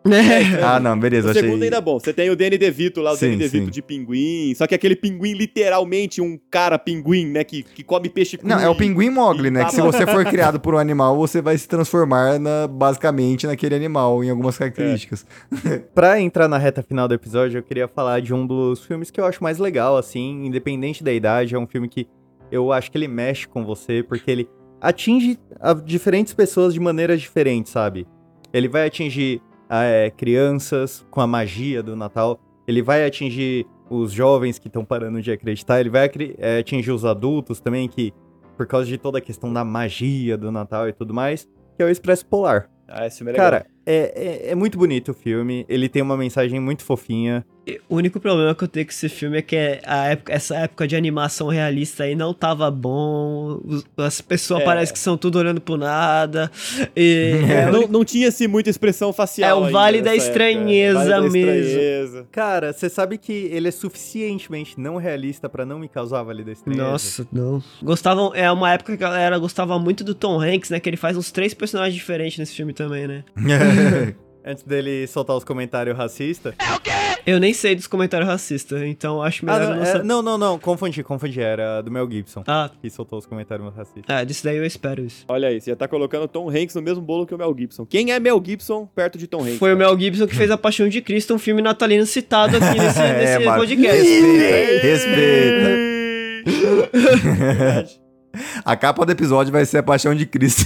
É, Ah, não, beleza, o achei... segundo ainda é bom. Você tem o Danny DeVito lá, o Sim, Danny DeVito sim. de pinguim. Só que aquele pinguim, literalmente, um cara pinguim, né? Que, que come peixe cru. Não, é o pinguim Mogli, né? tá Que se bom. você for criado por um animal, você vai se transformar na, basicamente naquele animal, em algumas características. Pra entrar na reta final do episódio, eu queria falar de um dos filmes que eu acho mais legal, assim, independente da idade. É um filme que eu acho que ele mexe com você, porque ele atinge a diferentes pessoas de maneiras diferentes, sabe? Ele vai atingir é, crianças com a magia do Natal, ele vai atingir os jovens que estão parando de acreditar, ele vai é, atingir os adultos também, que por causa de toda a questão da magia do Natal e tudo mais, que é o Expresso Polar. Ah, esse filme é legal. Cara, é, é, é muito bonito o filme, ele tem uma mensagem muito fofinha. O único problema que eu tenho com esse filme é que a época, essa época de animação realista aí não tava bom. Os- As pessoas É. parecem que são tudo olhando pro nada. E é, não, não tinha-se muita expressão facial. É o ainda Vale da nessa época. Estranheza Vale da mesmo. Estranheza. Cara, você sabe que ele é suficientemente não realista pra não me causar Vale da Estranheza? Nossa, não. Gostavam, é uma época que a galera gostava muito do Tom Hanks, né? Que ele faz uns três personagens diferentes nesse filme também, né? Antes dele soltar os comentários racistas. Eu nem sei dos comentários racistas, então acho Ah, melhor não, eu não é- saber. não, não, não, confundi, confundi. Era do Mel Gibson. Ah. Que soltou os comentários racistas. Ah, disso daí eu espero isso. Olha aí, você já tá colocando Tom Hanks no mesmo bolo que o Mel Gibson. Quem é Mel Gibson perto de Tom Hanks? Foi o Mel Gibson que fez A Paixão de Cristo, um filme natalino citado aqui nesse, nesse mano. podcast. Respeita, respeita. A capa do episódio vai ser A Paixão de Cristo.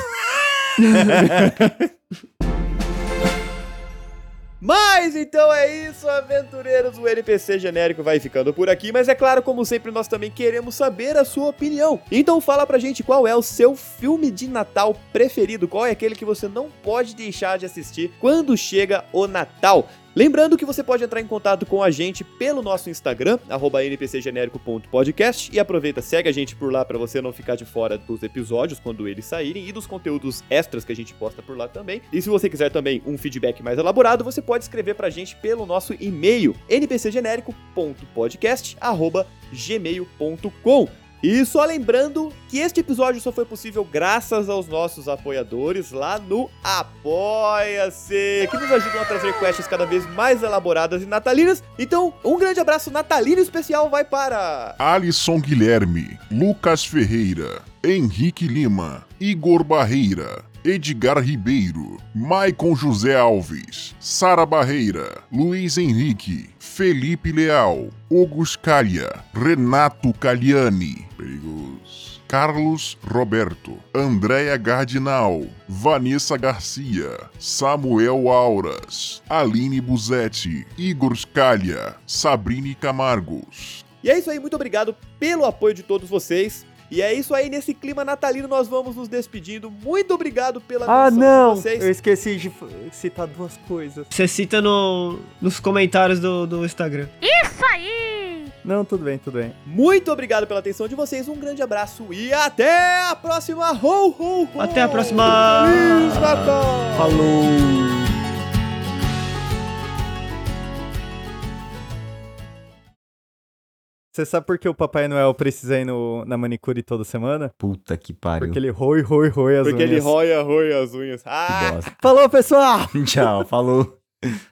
Mas então é isso, aventureiros, o N P C genérico vai ficando por aqui, mas é claro, como sempre, nós também queremos saber a sua opinião. Então fala pra gente qual é o seu filme de Natal preferido, qual é aquele que você não pode deixar de assistir quando chega o Natal. Lembrando que você pode entrar em contato com a gente pelo nosso Instagram, arroba n p c genérico ponto podcast, e aproveita, segue a gente por lá pra você não ficar de fora dos episódios quando eles saírem e dos conteúdos extras que a gente posta por lá também. E se você quiser também um feedback mais elaborado, você pode escrever pra gente pelo nosso e-mail, n p c genérico ponto podcast arroba gmail ponto com. E só lembrando que este episódio só foi possível graças aos nossos apoiadores lá no Apoia-se, que nos ajudam a trazer quests cada vez mais elaboradas e natalinas. Então, um grande abraço natalino especial vai para... Alisson Guilherme, Lucas Ferreira, Henrique Lima, Igor Barreira, Edgar Ribeiro, Maicon José Alves, Sara Barreira, Luiz Henrique, Felipe Leal, Ogos Calha, Renato Caliani, Perigos, Carlos Roberto, Andréia Gardinal, Vanessa Garcia, Samuel Auras, Aline Buzetti, Igor Scalha, Sabrine Camargos. E é isso aí, muito obrigado pelo apoio de todos vocês. E é isso aí, nesse clima natalino nós vamos nos despedindo. Muito obrigado pela Ah, atenção não! de vocês. Eu esqueci de f- citar duas coisas. Você cita no, nos comentários do, do Instagram. Isso aí! Não, tudo bem, tudo bem. Muito obrigado pela atenção de vocês, um grande abraço e até a próxima! Ho, ho, ho. Até a próxima! Feliz Natal! Falou! Você sabe por que o Papai Noel precisa ir no, na manicure toda semana? Puta que pariu. Porque ele roi, roi, roi as Porque unhas. ele roia, roia as unhas. Ah! Bosta. Falou, pessoal! Tchau, falou.